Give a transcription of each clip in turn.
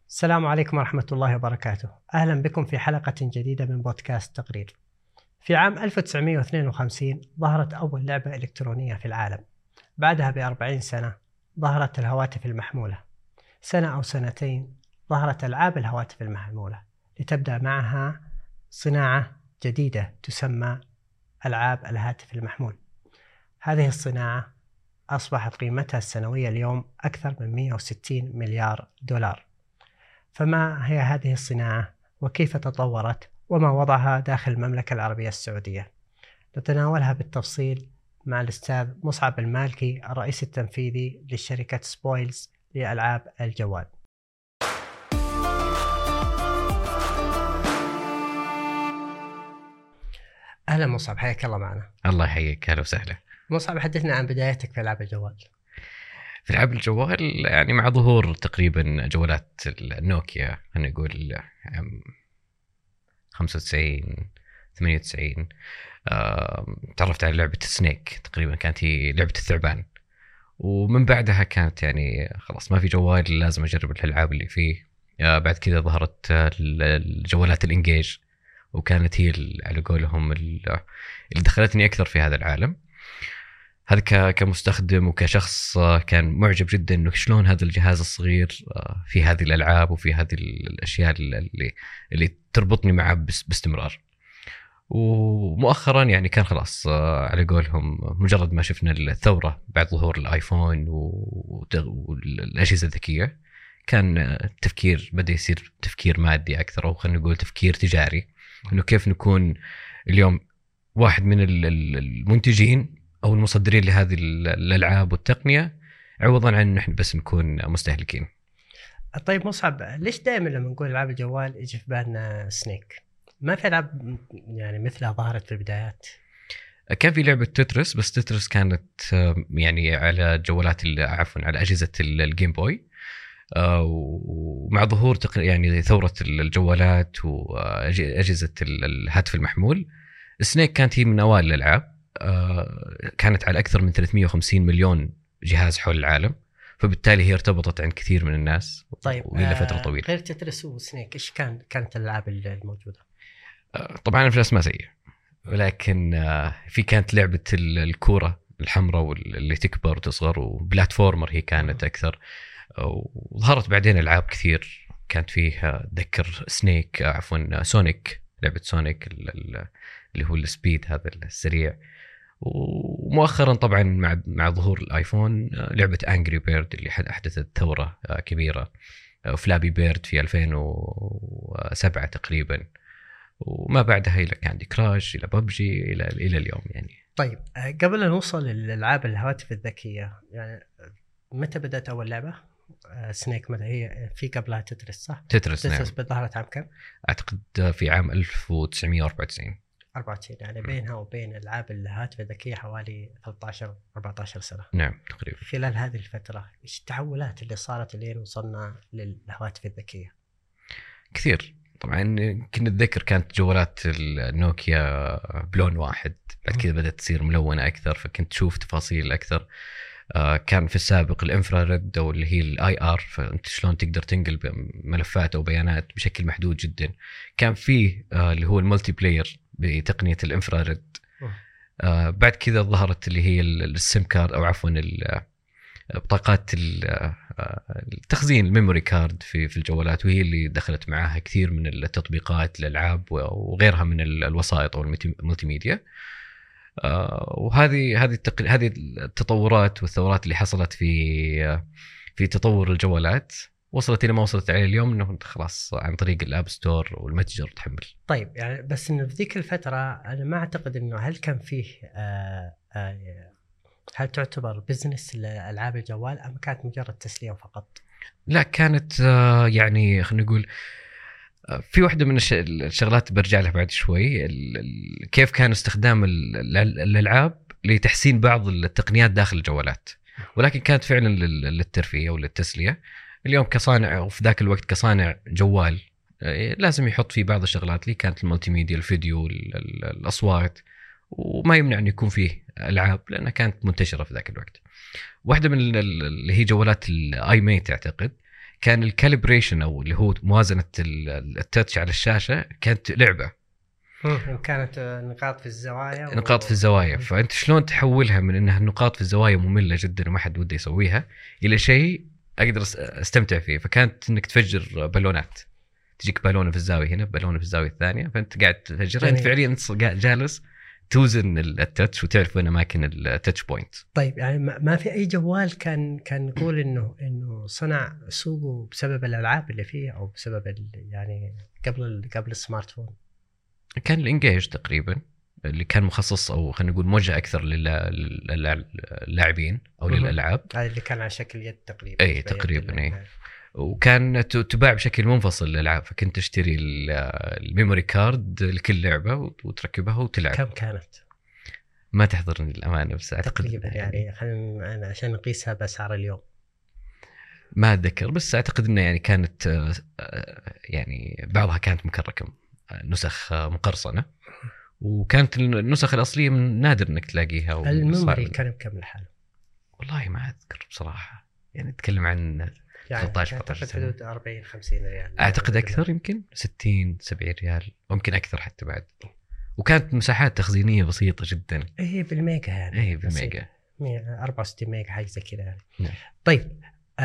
السلام عليكم ورحمة الله وبركاته. أهلا بكم في حلقة جديدة من بودكاست تقرير. في عام 1952 ظهرت أول لعبة إلكترونية في العالم. بعدها ب40 سنة ظهرت الهواتف المحمولة. سنة أو سنتين ظهرت ألعاب الهواتف المحمولة، لتبدأ معها صناعة جديدة تسمى ألعاب الهاتف المحمول. هذه الصناعة أصبحت قيمتها السنوية اليوم أكثر من 160 مليار دولار. فما هي هذه الصناعة وكيف تطورت وما وضعها داخل المملكة العربية السعودية؟ نتناولها بالتفصيل مع الأستاذ مصعب المالكي، الرئيس التنفيذي لشركة سبويلز لألعاب الجوال. أهلا مصعب، حياك الله معنا. الله يحييك، اهلا وسهلا. مصعب، حدثنا عن بدايتك في ألعاب الجوال. في العاب الجوال يعني مع ظهور تقريبا جوالات النوكيا، خلينا نقول عام 95 98 تعرفت على لعبة سنيك. تقريبا كانت هي لعبة الثعبان، ومن بعدها كانت يعني خلاص ما في جوال لازم أجرب الألعاب اللي فيه. بعد كذا ظهرت الجوالات الإنجيج، وكانت هي على قولهم اللي دخلتني أكثر في هذا العالم. هذا كمستخدم وكشخص كان معجب جدا انه شلون هذا الجهاز الصغير في هذه الالعاب وفي هذه الاشياء اللي تربطني معه باستمرار. ومؤخرا يعني كان خلاص على قولهم مجرد ما شفنا الثوره بعد ظهور الايفون والاجهزه الذكيه، كان التفكير بدا يصير تفكير مادي اكثر، او خلينا نقول تفكير تجاري، انه كيف نكون اليوم واحد من المنتجين أو المصدرين لهذه الألعاب والتقنية، عوضاً عن نحن بس نكون مستهلكين. طيب مصعب، ليش دائما لما نقول ألعاب الجوال يجي في بالنا سنيك؟ ما في ألعاب يعني مثلها ظهرت في البدايات؟ كان في لعبة تترس، بس تترس كانت يعني على جوالات على أجهزة الجيم بوي. ومع ظهور يعني ثورة الجوالات وأجهزة الهاتف المحمول، سنيك كانت هي من أوائل الألعاب. كانت على أكثر من 350 مليون جهاز حول العالم، فبالتالي هي ارتبطت عند كثير من الناس. طيب وإلى فترة طويلة. غير تترس وسنيك، إيش كانت الألعاب الموجودة؟ طبعا في الأسماء سيئة، ولكن في كانت لعبة الكورة الحمراء واللي تكبر وتصغر، وبلاتفورمر هي كانت أكثر. وظهرت بعدين ألعاب كثير كانت فيها، ذكر سنيك عفوا سونيك، لعبة سونيك اللي هو السبيد هذا السريع. ومؤخرا طبعا مع ظهور الايفون لعبه انجري بيرد اللي احدثت ثوره كبيره، فلابي بيرد في 2007 تقريبا، وما بعدها الى كاندي كراش الى ببجي الى اليوم يعني. طيب قبل أن نوصل للألعاب الهواتف الذكية، يعني متى بدأت أول لعبة؟ سنيك متى هي؟ في قبلها تترس صح؟ تترس نعم. ظهرت عام كم؟ اعتقد في عام 1994. 94، يعني بينها وبين ألعاب الهاتف الذكية حوالي 13-14 سنة. نعم تقريبا. خلال هذه الفترة إيش التحولات اللي صارت لين وصلنا للهواتف الذكية؟ كثير طبعا. كنا نتذكر كانت جوالات النوكيا بلون واحد، بعد كذا بدأت تصير ملونة أكثر، فكنت تشوف تفاصيل أكثر. كان في السابق الانفراريد او اللي هي الاي ار، فانت شلون تقدر تنقل ملفات او بيانات بشكل محدود جدا. كان فيه اللي هو الملتي بلاير بتقنيه الانفراريد. بعد كذا ظهرت اللي هي السيم كارد، او عفوا بطاقات التخزين، الميموري كارد في الجوالات، وهي اللي دخلت معاها كثير من التطبيقات، الالعاب وغيرها من الوسائط او الملتي ميديا. وهذه التطورات والثورات اللي حصلت في تطور الجوالات وصلت الى ما وصلت عليه اليوم، انه خلاص عن طريق الاب ستور والمتجر تحمل. طيب يعني بس انه في ذيك الفتره انا ما اعتقد انه هل كان فيه هل تعتبر بزنس لألعاب الجوال ام كانت مجرد تسليه فقط؟ لا، كانت يعني خلينا نقول في واحدة من الشغلات برجع لها بعد شوي، كيف كان استخدام الألعاب لتحسين بعض التقنيات داخل الجوالات، ولكن كانت فعلا للترفيه وللتسلية. اليوم كصانع، وفي ذاك الوقت كصانع جوال، لازم يحط فيه بعض الشغلات اللي كانت الملتي ميديا، الفيديو، الأصوات، وما يمنع أن يكون فيه ألعاب لأنها كانت منتشرة في ذاك الوقت. واحدة من اللي هي جوالات الآي ميت أعتقد، كان الكاليبريشن او اللي هو موازنه التاتش على الشاشه كانت لعبه. كانت نقاط في الزوايا نقاط في الزوايا، فانت شلون تحولها من انها النقاط في الزوايا ممله جدا وما حد وده يسويها الى شيء اقدر استمتع فيه. فكانت انك تفجر بالونات، تجيك بالونه في الزاويه هنا، بالونه في الزاويه الثانيه، فانت قاعد تفجرها. انت فعليا انت جالس توزن التاتش وتعرف وين اماكن التاتش بوينت. طيب يعني ما في اي جوال كان نقول انه صنع سوقه بسبب الالعاب اللي فيه او بسبب يعني قبل السمارت فون؟ كان الانجيج تقريبا اللي كان مخصص او خلينا نقول موجه اكثر للاعبين او للالعاب، هذا اللي كان على شكل يد تقريبا. اي تقريبا اي. وكان تباع بشكل منفصل للالعاب، فكنت تشتري الميموري كارد لكل لعبه وتركبها وتلعب. كم كانت؟ ما تحضرني الامانه، بس اعتقد تقريبا يعني خلينا انا عشان نقيسها باسعار اليوم ما اتذكر، بس اعتقد انه يعني كانت يعني بعضها كانت مكركم، نسخ مقرصنه، وكانت النسخ الاصليه من نادر انك تلاقيها. الميموري كان بكم لحاله؟ والله ما اذكر بصراحه، يعني نتكلم عن يعني 13 اعتقد حدود 40-50 ريال، اعتقد اكثر، يمكن 60-70 ريال، ممكن اكثر حتى بعد. وكانت مساحات تخزينيه بسيطه جدا. ايه بالميجا يعني. ايه بالميجا 64 ميجا حاجه زي كذا يعني. نعم. طيب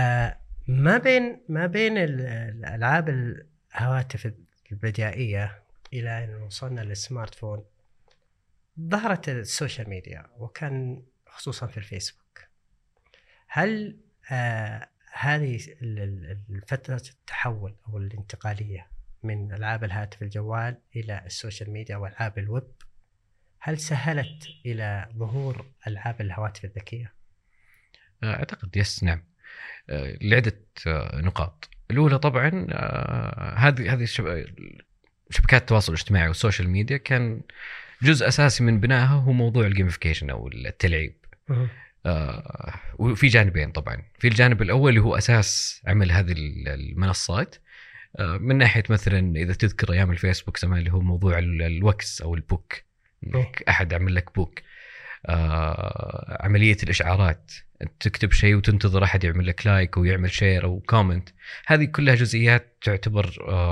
ما بين الالعاب الهواتف البدائيه الى ان وصلنا للسمارت فون ظهرت السوشيال ميديا، وكان خصوصا في الفيسبوك. هل هذه الفترة التحول أو الانتقالية من ألعاب الهاتف الجوال إلى السوشيال ميديا وألعاب الويب هل سهلت إلى ظهور ألعاب الهواتف الذكية؟ أعتقد يس، نعم، لعدة نقاط. الأولى طبعا هذه شبكات التواصل الاجتماعي والسوشيال ميديا كان جزء أساسي من بنائها هو موضوع الجيميفيكيشن أو التلعيب. وفي جانبين طبعا، في الجانب الأول اللي هو أساس عمل هذه المنصات، من ناحية مثلا إذا تذكر أيام الفيسبوك زمان اللي هو موضوع الوكس أو البوك، أحد عمل لك بوك، عملية الإشعارات، تكتب شيء وتنتظر أحد يعمل لك لايك ويعمل شير أو كومنت. هذه كلها جزئيات تعتبر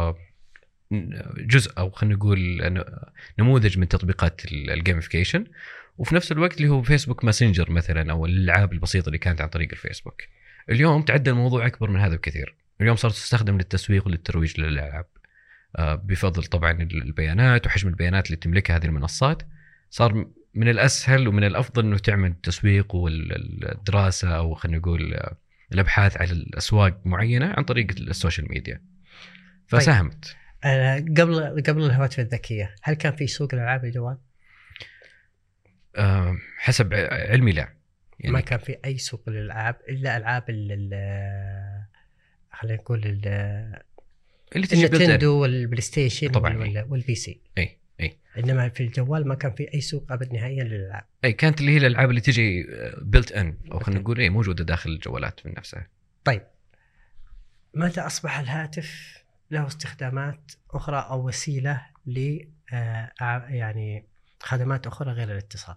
جزء أو خلينا نقول نموذج من تطبيقات الجيميفيكيشن. وفي نفس الوقت اللي هو فيسبوك ماسنجر مثلا أو الألعاب البسيطة اللي كانت عن طريق الفيسبوك. اليوم تعدى الموضوع أكبر من هذا بكثير. اليوم صارت تستخدم للتسويق وللترويج للألعاب، بفضل طبعا البيانات وحجم البيانات اللي تملكها هذه المنصات. صار من الأسهل ومن الأفضل أنه تعمل التسويق والدراسة أو خلينا نقول الأبحاث على الأسواق معينة عن طريق السوشيال ميديا، فساهمت. قبل الهواتف الذكية هل كان في سوق لألعاب الجوال؟ حسب علمي لا، يعني ما كان في أي سوق للألعاب إلا ألعاب خلينا نقول اللي تجي النينتندو والبلاي ستيشن طبعا والبي سي. أي إنما في الجوال ما كان في أي سوق أبد نهائيا للألعاب. أي كانت اللي هي الألعاب اللي تجي بيلت إن أو خلينا نقول موجودة داخل الجوالات من نفسها. طيب متى أصبح الهاتف له استخدامات أخرى أو وسيلة ل يعني خدمات أخرى غير الاتصال؟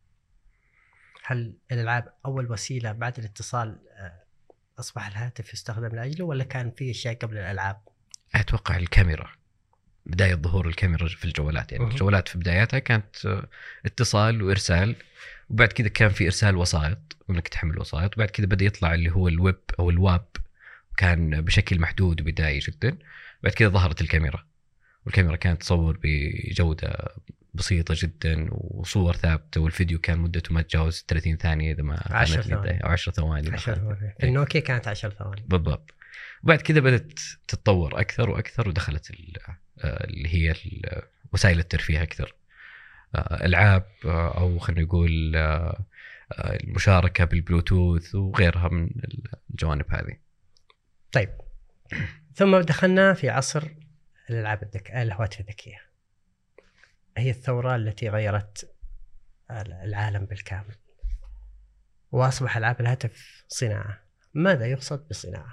هل الألعاب أول وسيلة بعد الاتصال أصبح الهاتف يستخدم لأجله، ولا كان في أشياء قبل الألعاب؟ أتوقع الكاميرا، بداية ظهور الكاميرا في الجوالات. يعني الجوالات في بداياتها كانت اتصال وإرسال، وبعد كده كان في إرسال وسائط وإنك تحمل وسائط، وبعد كده بدأ يطلع اللي هو الويب أو الواب، كان بشكل محدود وبدائي جدا. بعد كده ظهرت الكاميرا، والكاميرا كانت تصور بجودة بسيطة جدا وصور ثابتة، والفيديو كان مدته ما تجاوز 30 ثانية إذا ما 10 ثواني أو 10 ثواني. النوكيا كانت 10 ثواني بالضبط. وبعد كده بدأت تتطور أكثر وأكثر، ودخلت اللي هي وسائل الترفيه أكثر، ألعاب أو خلينا نقول المشاركة بالبلوتوث وغيرها من الجوانب هذه. طيب ثم دخلنا في عصر الألعاب الهواتف الذكية، هي الثورة التي غيرت العالم بالكامل، وأصبح ألعاب الهاتف صناعة. ماذا يقصد بصناعة؟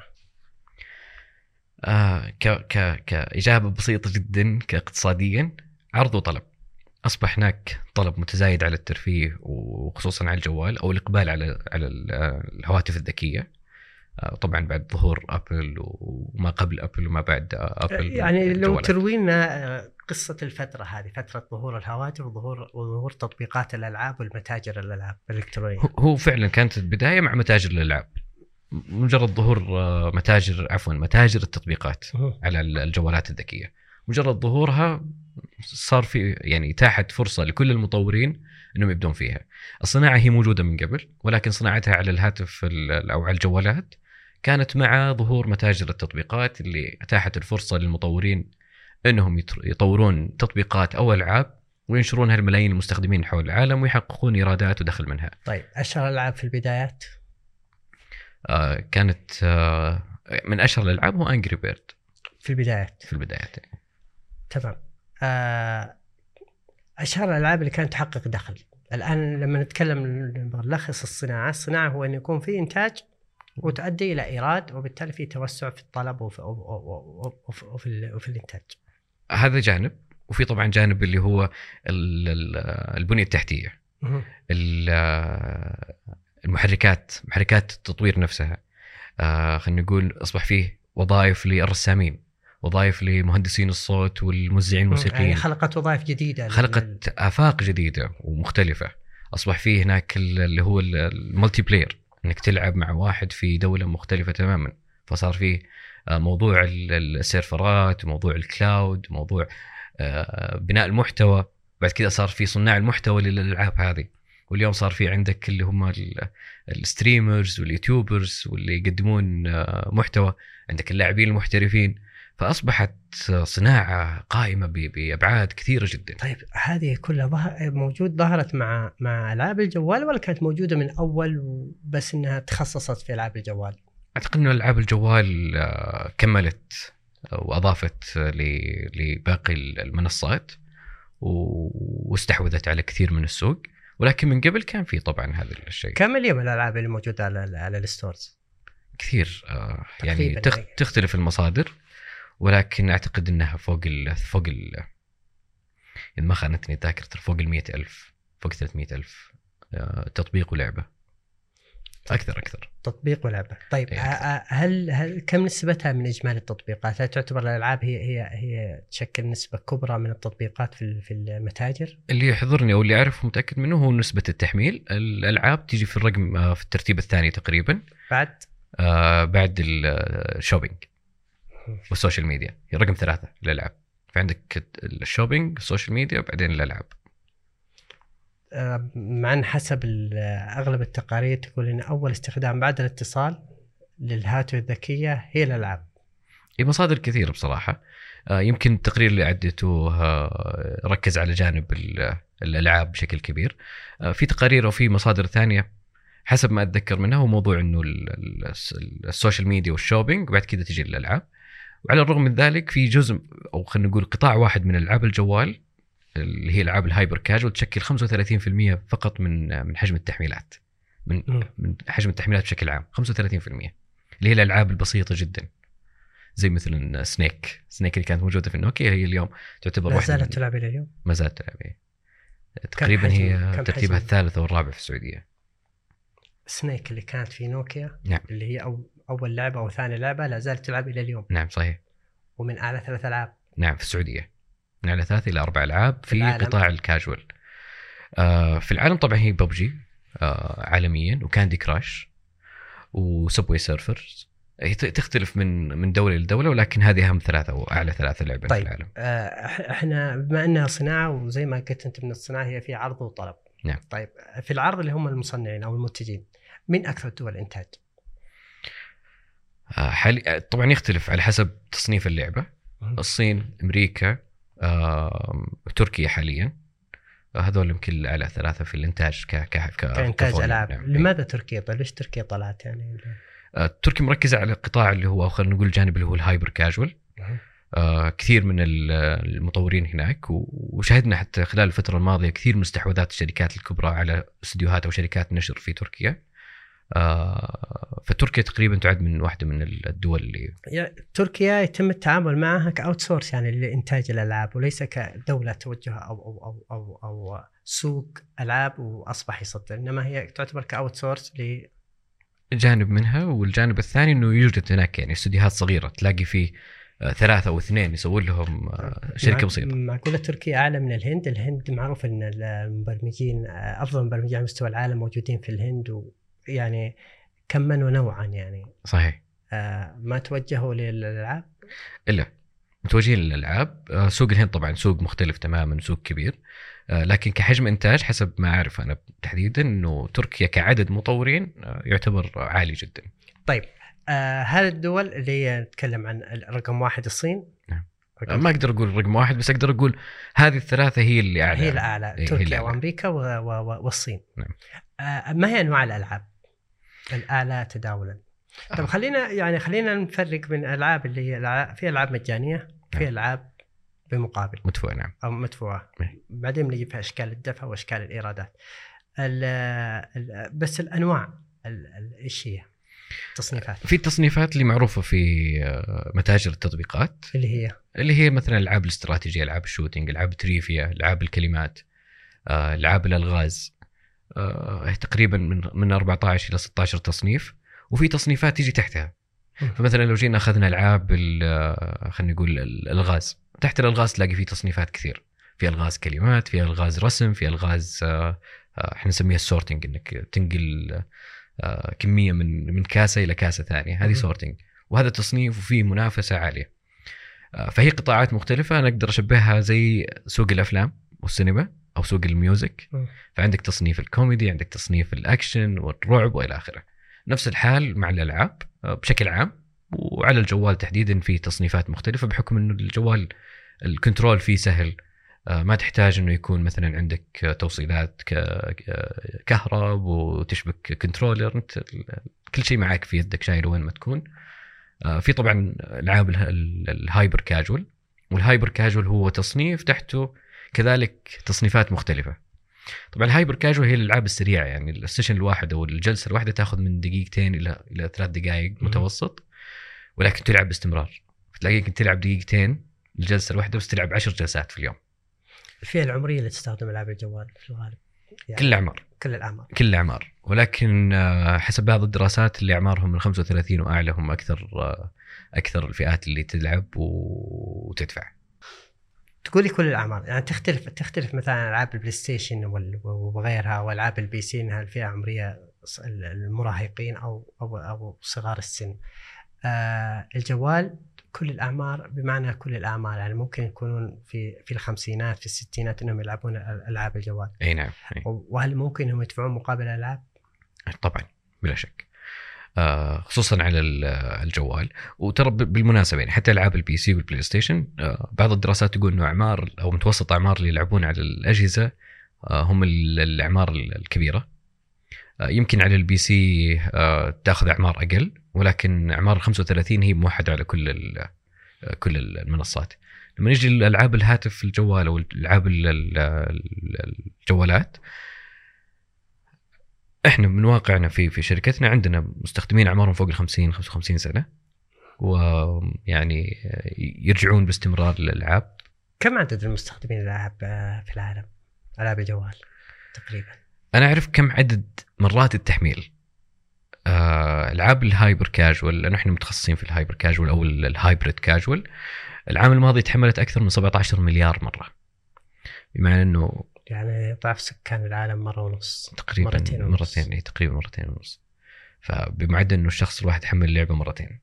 كإجابة بسيطة جدا، كاقتصاديا عرض وطلب. أصبح هناك طلب متزايد على الترفيه وخصوصا على الجوال أو الإقبال على الهواتف الذكية، طبعا بعد ظهور ابل وما قبل ابل وما بعد ابل. يعني لو تروي لنا قصة الفترة هذه، فترة ظهور الهواتف وظهور تطبيقات الألعاب والمتاجر الألعاب الإلكترونية. هو فعلا كانت البداية مع متاجر الألعاب، مجرد ظهور متاجر التطبيقات على الجوالات الذكية. مجرد ظهورها صار في يعني اتاحت فرصة لكل المطورين انهم يبدون فيها. الصناعة هي موجودة من قبل، ولكن صناعتها على الهاتف او على الجوالات كانت مع ظهور متاجر التطبيقات اللي اتاحت الفرصة للمطورين انهم يطورون تطبيقات او العاب وينشرونها لملايين المستخدمين حول العالم ويحققون ايرادات ودخل منها. طيب اشهر الالعاب في البدايات كانت من اشهر الالعاب هو انجري بيرد في البدايات. تمام. اشهر الالعاب اللي كانت تحقق دخل. الان لما نتكلم نلخص الصناعه هو ان يكون في انتاج وتؤدي الى ايراد، وبالتالي في توسع في الطلب وفي الانتاج. هذا جانب. وفي طبعا جانب اللي هو البنيه التحتيه، محركات التطوير نفسها. خلينا نقول اصبح فيه وظائف للرسامين، وظائف لمهندسين الصوت والموزعين الموسيقيين. يعني خلقت وظائف جديده، خلقت آفاق جديدة ومختلفة. أصبح فيه هناك اللي هو المالتي بلاير، إنك تلعب مع واحد في دولة مختلفة تماما. فصار فيه موضوع السيرفرات، موضوع الكلاود، موضوع بناء المحتوى. بعد كده صار في صناع المحتوى للألعاب هذه. واليوم صار في عندك اللي هم الستريمرز واليوتيوبرز واللي يقدمون محتوى، عندك اللاعبين المحترفين. فأصبحت صناعة قائمة بأبعاد كثيرة جدا. طيب هذه كلها ظهرت مع ألعاب الجوال، ولا كانت موجودة من أول بس إنها تخصصت في ألعاب الجوال؟ أعتقد إنه ألعاب الجوال كملت وأضافت لباقي المنصات واستحوذت على كثير من السوق، ولكن من قبل كان في طبعا هذا الشيء. كم اليوم الألعاب اللي موجودة على الستورز؟ كثير. يعني تختلف المصادر، ولكن أعتقد أنها فوق إن ما خانتني ذاكرتي فوق 100,000، فوق 300,000 تطبيق ولعبة. أكثر تطبيق ولعبة. طيب هل كم نسبتها من إجمالي التطبيقات؟ هل تعتبر الألعاب هي تشكل نسبة كبرى من التطبيقات في المتاجر؟ اللي يحضرني أو اللي أعرف متأكد منه هو نسبة التحميل. الألعاب تيجي في الرقم في الترتيب الثاني تقريبا، بعد الشوبينج والسوشيال ميديا. هي رقم 3 الألعاب. فعندك الشوبينج، السوشيال ميديا، وبعدين الألعاب. مع أن حسب أغلب التقارير تقول إن أول استخدام بعد الاتصال للهاتف الذكية هي الألعاب. هي مصادر كثيرة بصراحة. يمكن التقرير اللي عدته ركز على جانب الألعاب بشكل كبير. في تقارير وفي مصادر ثانية حسب ما أتذكر منها هو موضوع إنه السوشيال ميديا والشوبينج، وبعد كده تجي الألعاب. وعلى الرغم من ذلك في جزء أو خلينا نقول قطاع واحد من ألعاب الجوال اللي هي ألعاب الهايبر كاجوال تشكل 35% فقط من حجم التحميلات، من حجم التحميلات بشكل عام. 35% اللي هي الألعاب البسيطة جدا، زي مثلا سنيك اللي كانت موجودة في النوكيا، هي اليوم تعتبر ما زالت تلعب إلى اليوم. ما زالت تلعب. تقريبا هي ترتيبها الثالث أو الرابع في السعودية. سنيك اللي كانت في نوكيا، نعم. اللي هي أول لعبة أو ثاني لعبة، لا زالت تلعب إلى اليوم. نعم صحيح. ومن أعلى 3 ألعاب. نعم في السعودية، من أعلى 3 إلى 4 ألعاب في قطاع الكاجوال. في العالم طبعا هي ببجي عالميا، وكاندي كراش، وسبوي سيرفرز. هي تختلف من دولة لدولة، ولكن هذه أهم 3 أو أعلى 3 لعبة طيب. في العالم. إحنا بما أنها صناعة، وزي ما قلت أنت من الصناعة هي في عرض وطلب. نعم. طيب في العرض اللي هم المصنعين أو المنتجين، من أكثر الدول إنتاج؟ طبعا يختلف على حسب تصنيف اللعبة. الصين، أمريكا، تركيا حاليا. هذول يمكن على 3 في الإنتاج كإنتاج ألعاب. نعم. لماذا تركيا؟ طيب ليش تركيا طلعت يعني؟ تركيا مركزة على القطاع اللي هو خلينا نقول الجانب اللي هو الهايبر كاجوال. كثير من المطورين هناك، وشاهدنا حتى خلال الفترة الماضية كثير من استحواذات الشركات الكبرى على استديوهات أو شركات نشر في تركيا. فتركيا تقريبا تعد من واحدة من الدول اللي تركيا يتم التعامل معها كأوت سورس يعني لإنتاج الألعاب، وليس كدولة توجهها أو سوق ألعاب وأصبح يصدر، إنما هي تعتبر كأوت سورس جانب منها، والجانب الثاني انه يوجد هناك يعني استديوهات صغيره تلاقي فيه 3 أو 2 يسوون لهم شركه بسيطه. معقولة تركيا أعلى من الهند؟ الهند معروف أن المبرمجين أفضل المبرمجين على مستوى العالم موجودين في الهند، ويعني كما ونوعا يعني. صحيح. ما توجهوا للألعاب؟ إلا متوجهين للألعاب. سوق الهند طبعا سوق مختلف تماما، سوق كبير، لكن كحجم إنتاج حسب ما أعرف أنا تحديدا أنه تركيا كعدد مطورين يعتبر عالي جدا. طيب هذه الدول اللي نتكلم عن رقم 1 الصين. نعم. ما أقدر أقول رقم 1، بس أقدر أقول هذه الثلاثة هي اللي أعلى. هي الأعلى، تركيا وأمريكا والصين. نعم. ما هي أنواع الألعاب الأعلى تداولا؟ طب خلينا نفرق بين الألعاب اللي هي في ألعاب مجانية، في ألعاب بمقابل مدفوعة. نعم. أو مدفوعة. بعدين بنجي في أشكال الدفع وأشكال الإيرادات. بس الأنواع إيش هي؟ تصنيفات. في التصنيفات اللي معروفة في متاجر التطبيقات، اللي هي مثلا ألعاب الاستراتيجية، ألعاب الشوتينج، ألعاب تريفيا، ألعاب الكلمات، ألعاب الألغاز، تقريبا من 14 إلى 16 تصنيف، وفي تصنيفات تيجي تحتها. فمثلا لو جينا أخذنا ألعاب خلينا نقول الألغاز، تحت الألغاز تلاقي فيه تصنيفات كثير، في ألغاز كلمات، في ألغاز رسم، في ألغاز احنا نسميها السورتنج، انك تنقل كمية من كاسة إلى كاسة ثانية، هذه سورتنج، وهذا تصنيف وفيه منافسة عالية. فهي قطاعات مختلفة. أنا أقدر أشبهها زي سوق الأفلام والسينما أو سوق الميوزك. فعندك تصنيف الكوميدي، عندك تصنيف الأكشن والرعب وإلى آخره. نفس الحال مع الألعاب بشكل عام، وعلى الجوال تحديدا في تصنيفات مختلفة، بحكم أنه الجوال الكنترول فيه سهل، ما تحتاج أنه يكون مثلا عندك توصيلات كهرب وتشبك كنترولر، كل شيء معك في يدك، شايله وين ما تكون. في طبعا العاب الهايبر كاجوال، والهايبر كاجوال هو تصنيف تحته كذلك تصنيفات مختلفة. طبعا الهايبر كاجوال هي الألعاب السريعة، يعني السيشن الواحد أو الجلسة الواحدة تأخذ من 2 إلى 3 دقائق متوسط، ولكن تلعب باستمرار. فتلاقيك تلعب 2 الجلسة الواحدة، بس تلعب 10 جلسات في اليوم. الفئة العمرية اللي تستخدم ألعاب الجوال في الغالب يعني كل الأعمار. كل الأعمار، ولكن حسب بعض الدراسات اللي أعمارهم من 35 وأعلى هم أكثر الفئات اللي تلعب وتدفع. تقولي كل الأعمار، يعني تختلف مثلا ألعاب البلاي ستيشن وغيرها، وألعاب البي سي إنها الفئة العمرية المراهقين أو صغار السن. الجوال كل الأعمار، بمعنى كل الأعمار، يعني ممكن يكونون في الخمسينات في الستينات إنهم يلعبون ألعاب الجوال. أي نعم. وهل ممكن إنهم يدفعون مقابل الألعاب؟ طبعا بلا شك، خصوصا على الجوال. وترى بالمناسبة يعني حتى ألعاب البي سي والبلاي ستيشن، بعض الدراسات تقول إنه أعمار أو متوسط أعمار اللي يلعبون على الأجهزة هم الأعمار الكبيرة. يمكن على البي سي تأخذ أعمار أقل، ولكن أعمار 35 هي موحدة على كل المنصات. لما نيجي لألعاب الهاتف في الجوال أو ألعاب الجوالات، إحنا من واقعنا في شركتنا عندنا مستخدمين أعمارهم فوق 50-55 سنة، ويعني يرجعون باستمرار للألعاب. كم عدد المستخدمين الألعاب في العالم، ألعاب الجوال تقريبا؟ أنا أعرف كم عدد مرات التحميل. ألعاب الهايبر كاجوال، لأنه إحنا متخصصين في الهايبر كاجوال أو الهايبريد كاجوال، العام الماضي تحملت أكثر من 17 مليار مرة، بمعنى أنه يعني ضعف سكان العالم مرة ونص تقريبا، مرتين تقريبا 2.5. فبمعدل أنه الشخص الواحد يحمل اللعبة مرتين.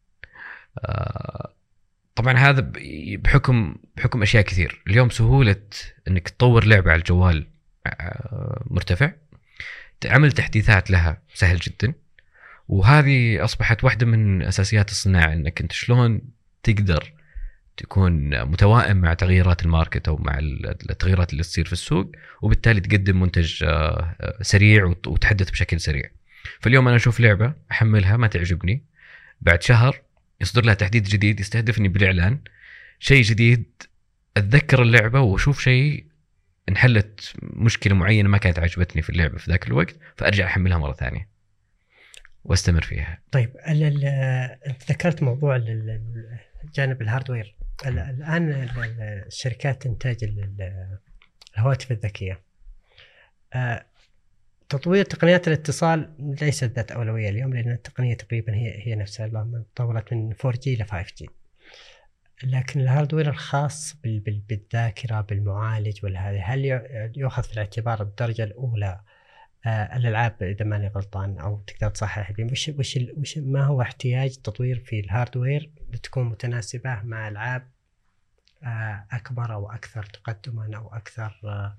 طبعا هذا بحكم أشياء كثير. اليوم سهولة أنك تطور لعبة على الجوال مرتفع، عمل تحديثات لها سهل جدا، وهذه أصبحت واحدة من أساسيات الصناعة، أنك أنت شلون تقدر تكون متوائم مع تغييرات الماركت أو مع التغييرات اللي تصير في السوق، وبالتالي تقدم منتج سريع وتحدث بشكل سريع. فاليوم أنا أشوف لعبة أحملها ما تعجبني، بعد شهر يصدر لها تحديث جديد يستهدفني بالإعلان شيء جديد، أتذكر اللعبة وأشوف شيء انحلت مشكلة معينة ما كانت عجبتني في اللعبة في ذاك الوقت، فأرجع أحملها مرة ثانية واستمر فيها. طيب أنت ذكرت موضوع جانب الهاردوير. الآن الشركات إنتاج الهواتف الذكية تطوير تقنيات الاتصال ليست ذات أولوية اليوم، لأن التقنية تقريبا هي نفسها، اللهم تطورت من 4G إلى 5G. لكن الهاردوير الخاص بالذاكرة بالمعالج والهذا، هل يؤخذ في الاعتبار الدرجة الأولى الألعاب إذا ماني غلطان، أو تقدر تصحح لي وش ما هو احتياج تطوير في الهاردوير لتكون متناسبة مع ألعاب أكبر أو أكثر تقدما أو أكثر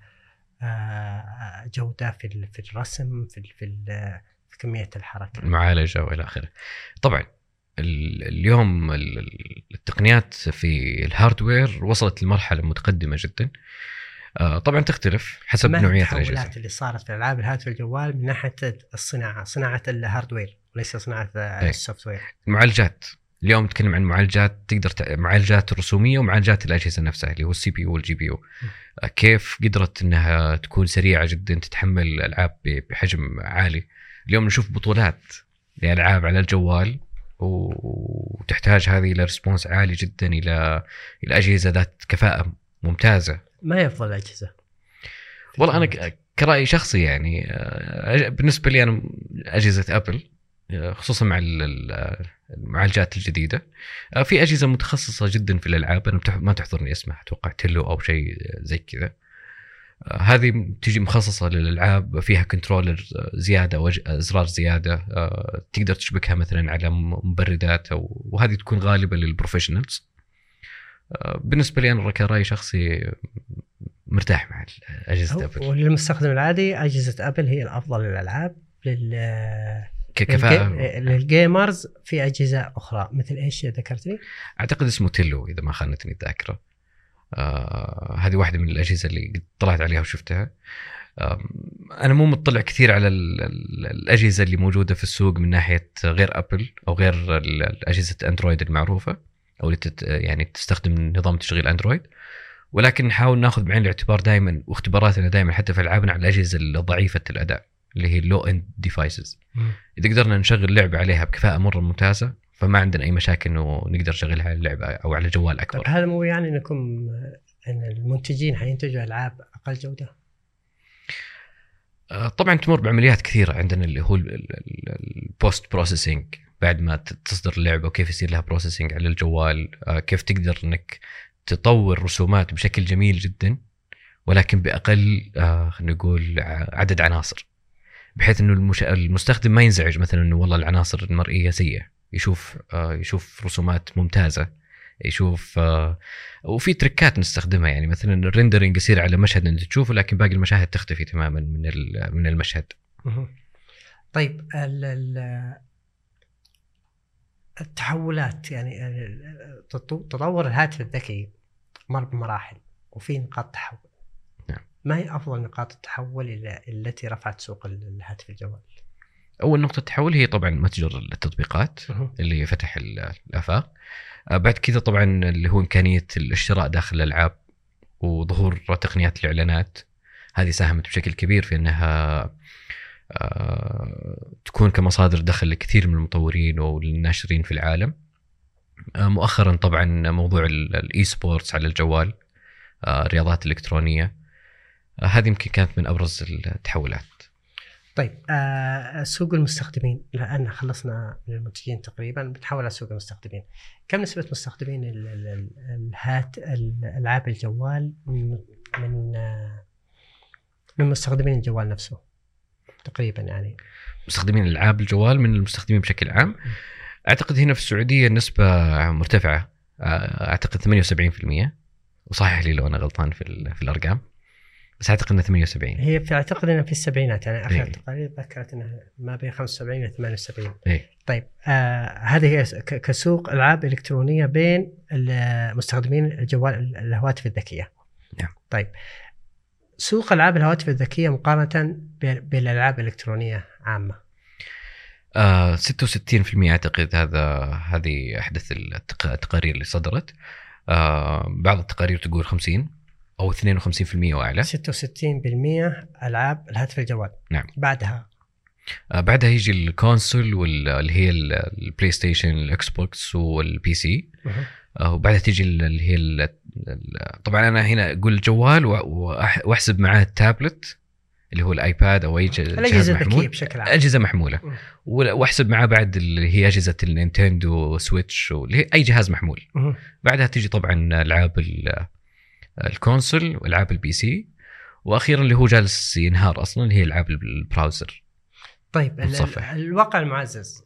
جودة في الرسم في كمية الحركة المعالجة وإلى آخره. طبعا اليوم التقنيات في الهاردوير وصلت لمرحلة متقدمة جدا. طبعا تختلف حسب نوعية الأجهزة. التحولات اللي صارت في ألعاب الهاتف الجوال من ناحية صناعة الهاردوير وليس صناعة السوفت وير. المعالجات اليوم نتكلم عن معالجات، معالجات رسومية ومعالجات الأجهزة نفسها اللي هو السي بي يو والجي بي يو. كيف قدرت أنها تكون سريعة جدا، تتحمل الألعاب بحجم عالي. اليوم نشوف بطولات لألعاب على الجوال وتحتاج هذه إلى ريسبونس عالي جدا، إلى أجهزة ذات كفاءة ممتازة. ما يفضل الأجهزة؟ والله أنا كرأي شخصي يعني بالنسبة لي أنا أجهزة أبل خصوصا مع المعالجات الجديدة. في أجهزة متخصصة جدا في الألعاب، أنا ما تحضرني اسمها، أتوقع تيلو أو شيء زي كذا. هذه تيجي مخصصة للألعاب، فيها كنترولر زيادة وأزرار زيادة، تقدر تشبكها مثلا على مبردات، وهذه تكون غالبا للبروفيشنالز. بالنسبة لي أنا كرأي شخصي مرتاح مع أجهزة أبل. وللمستخدم العادي أجهزة أبل هي الأفضل للألعاب. ككفاءة للجيمرز في أجهزة أخرى مثل إيش ذكرت لي؟ أعتقد اسمه تيلو إذا ما خانتني الذاكرة. هذه واحدة من الأجهزة اللي طلعت عليها وشفتها. أنا مو مطلع كثير على الأجهزة اللي موجودة في السوق من ناحية غير أبل أو غير أجهزة أندرويد المعروفة أو اللي يعني تستخدم نظام تشغيل أندرويد، ولكن نحاول ناخذ بعين الاعتبار دائما واختباراتنا دائما حتى في ألعابنا على الأجهزة الضعيفة الأداء اللي هي اللو اند ديفايسز. إذا قدرنا نشغل لعبة عليها بكفاءة مرة ممتازة فما عندنا أي مشاكل إنه نقدر نشغلها على اللعبة أو على جوال أكبر. هذا مو يعني إن المنتجين حينتجوا ألعاب أقل جودة؟ طبعا تمر بعمليات كثيرة عندنا اللي هو البوست بروسيسنج بعد ما تصدر اللعبة، وكيف يصير لها بروسيسنج على الجوال، كيف تقدر إنك تطور رسومات بشكل جميل جدا ولكن بأقل خلينا نقول عدد عناصر، بحيث إنه المستخدم ما ينزعج مثلا إنه والله العناصر المرئية سيئة، يشوف رسومات ممتازة، يشوف وفي تركات نستخدمها. يعني مثلا الريندرينج يصير على مشهد انت تشوفه لكن باقي المشاهد تختفي تماما من المشهد. طيب التحولات، يعني تطور الهاتف الذكي مر بمراحل وفي نقاط تحول. نعم. ما هي أفضل نقاط التحول التي رفعت سوق الهاتف الجوال؟ أول نقطة تحول هي طبعا متجر التطبيقات اللي فتح الآفاق. بعد كذا طبعا اللي هو إمكانية الاشتراء داخل الألعاب وظهور تقنيات الإعلانات، هذه ساهمت بشكل كبير في أنها تكون كمصادر دخل لكثير من المطورين والناشرين في العالم. مؤخرا طبعا موضوع الإي سبورتس على الجوال، الرياضات الإلكترونية، هذه يمكن كانت من أبرز التحولات. طيب سوق المستخدمين، لأن خلصنا من المنتجين تقريبا بنحول على سوق المستخدمين. كم نسبة مستخدمين الألعاب الجوال من مستخدمين الجوال نفسه تقريبا؟ يعني مستخدمين الألعاب الجوال من المستخدمين بشكل عام، أعتقد هنا في السعودية النسبة مرتفعة، أعتقد 78%، وصحح لي لو أنا غلطان في الأرقام، بس أعتقد أنها 78. هي في أعتقد أنها في السبعينات، يعني آخر تقارير ذكرت أنها ما بين 75 و 78. طيب هذه هي كسوق ألعاب إلكترونية بين المستخدمين الجوال الهواتف الذكية. نعم. طيب سوق ألعاب الهواتف الذكية مقارنة بالألعاب الإلكترونية عامة؟ 66% أعتقد. هذه أحدث التقارير اللي صدرت. بعض التقارير تقول 50 أو 52% وأعلى. 66% ألعاب الهاتف الجوال. نعم. بعدها يجي الكونسول واللي هي البلاي ستيشن، الإكس بوكس والبي سي. وبعدها تيجي اللي هي طبعا أنا هنا أقول الجوال وأحسب معاه التابلت اللي هو الايباد او اي جهاز محمول بشكل عام. اجهزه محموله، واحسب معاه بعد اللي هي اجهزه النينتندو سويتش واللي هي اي جهاز محمول. بعدها تيجي طبعا العاب الكونسول والعاب البي سي، واخيرا اللي هو جالس ينهار اصلا اللي هي العاب البراوزر. طيب الواقع المعزز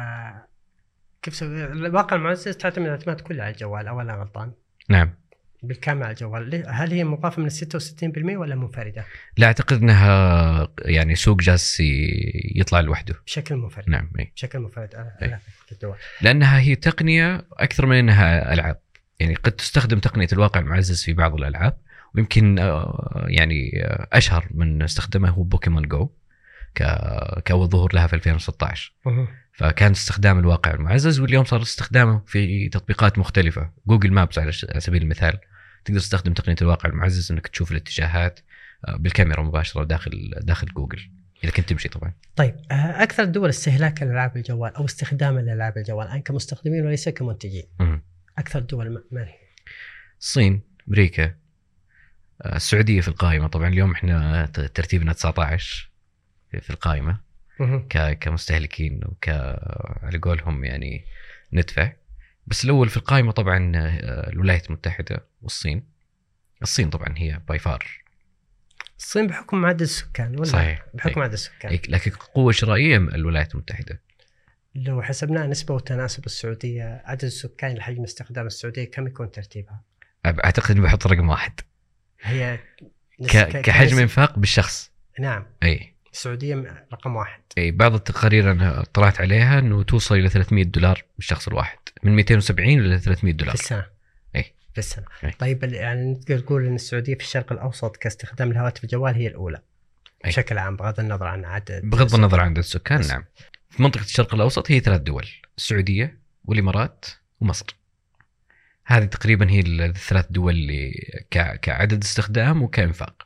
كيف الواقع المعزز تعتمد اعتماد كله على الجوال او انا غلطان؟ نعم بالكامل على الجوال. هل هي مضافه من 66% ولا منفرده؟ لا اعتقد انها يعني سوق جالس يطلع لوحده بشكل منفرد. نعم بشكل منفرد في الدول، لانها هي تقنيه اكثر من انها العاب. يعني قد تستخدم تقنيه الواقع المعزز في بعض الالعاب، ويمكن يعني اشهر من استخدمها هو بوكيمون جو كأول ظهور لها في 2016. فكان استخدام الواقع المعزز، واليوم صار استخدامه في تطبيقات مختلفة. جوجل مابس على سبيل المثال تقدر تستخدم تقنية الواقع المعزز انك تشوف الاتجاهات بالكاميرا مباشرة داخل جوجل اذا كنت تمشي طبعا. طيب اكثر الدول استهلاكا لألعاب الجوال او استخداما لألعاب الجوال الان كمستخدمين وليس كمنتجين، اكثر الدول ما هي؟ الصين، امريكا، السعودية في القائمة طبعا. اليوم احنا ترتيبنا 19 في القائمة كمستهلكين على قولهم يعني ندفع. بس الأول في القائمة طبعا الولايات المتحدة والصين. الصين طبعا هي باي فار. الصين بحكم معدل السكان ولا؟ صحيح بحكم معدل السكان، لكن قوة شرائية الولايات المتحدة. لو حسبناها نسبة وتناسب السعودية عدد السكان لحجم استخدام السعودية كم يكون ترتيبها؟ أعتقد إني بحط رقم واحد هي كحجم انفاق بالشخص. نعم أي السعودية رقم واحد. أي بعض التقارير أنا طلعت عليها إنه توصل إلى $300 بالشخص الواحد، من 270 إلى $300 في السنة. أي في السنة. أي. طيب يعني نقدر نقول إن السعودية في الشرق الأوسط كاستخدام الهواتف الجوال هي الأولى بشكل عام بغض النظر عن عدد السكان. نعم. في منطقة الشرق الأوسط هي 3 دول: السعودية والإمارات ومصر. هذه تقريبا هي الثلاث دول اللي كعدد استخدام وكإنفاق.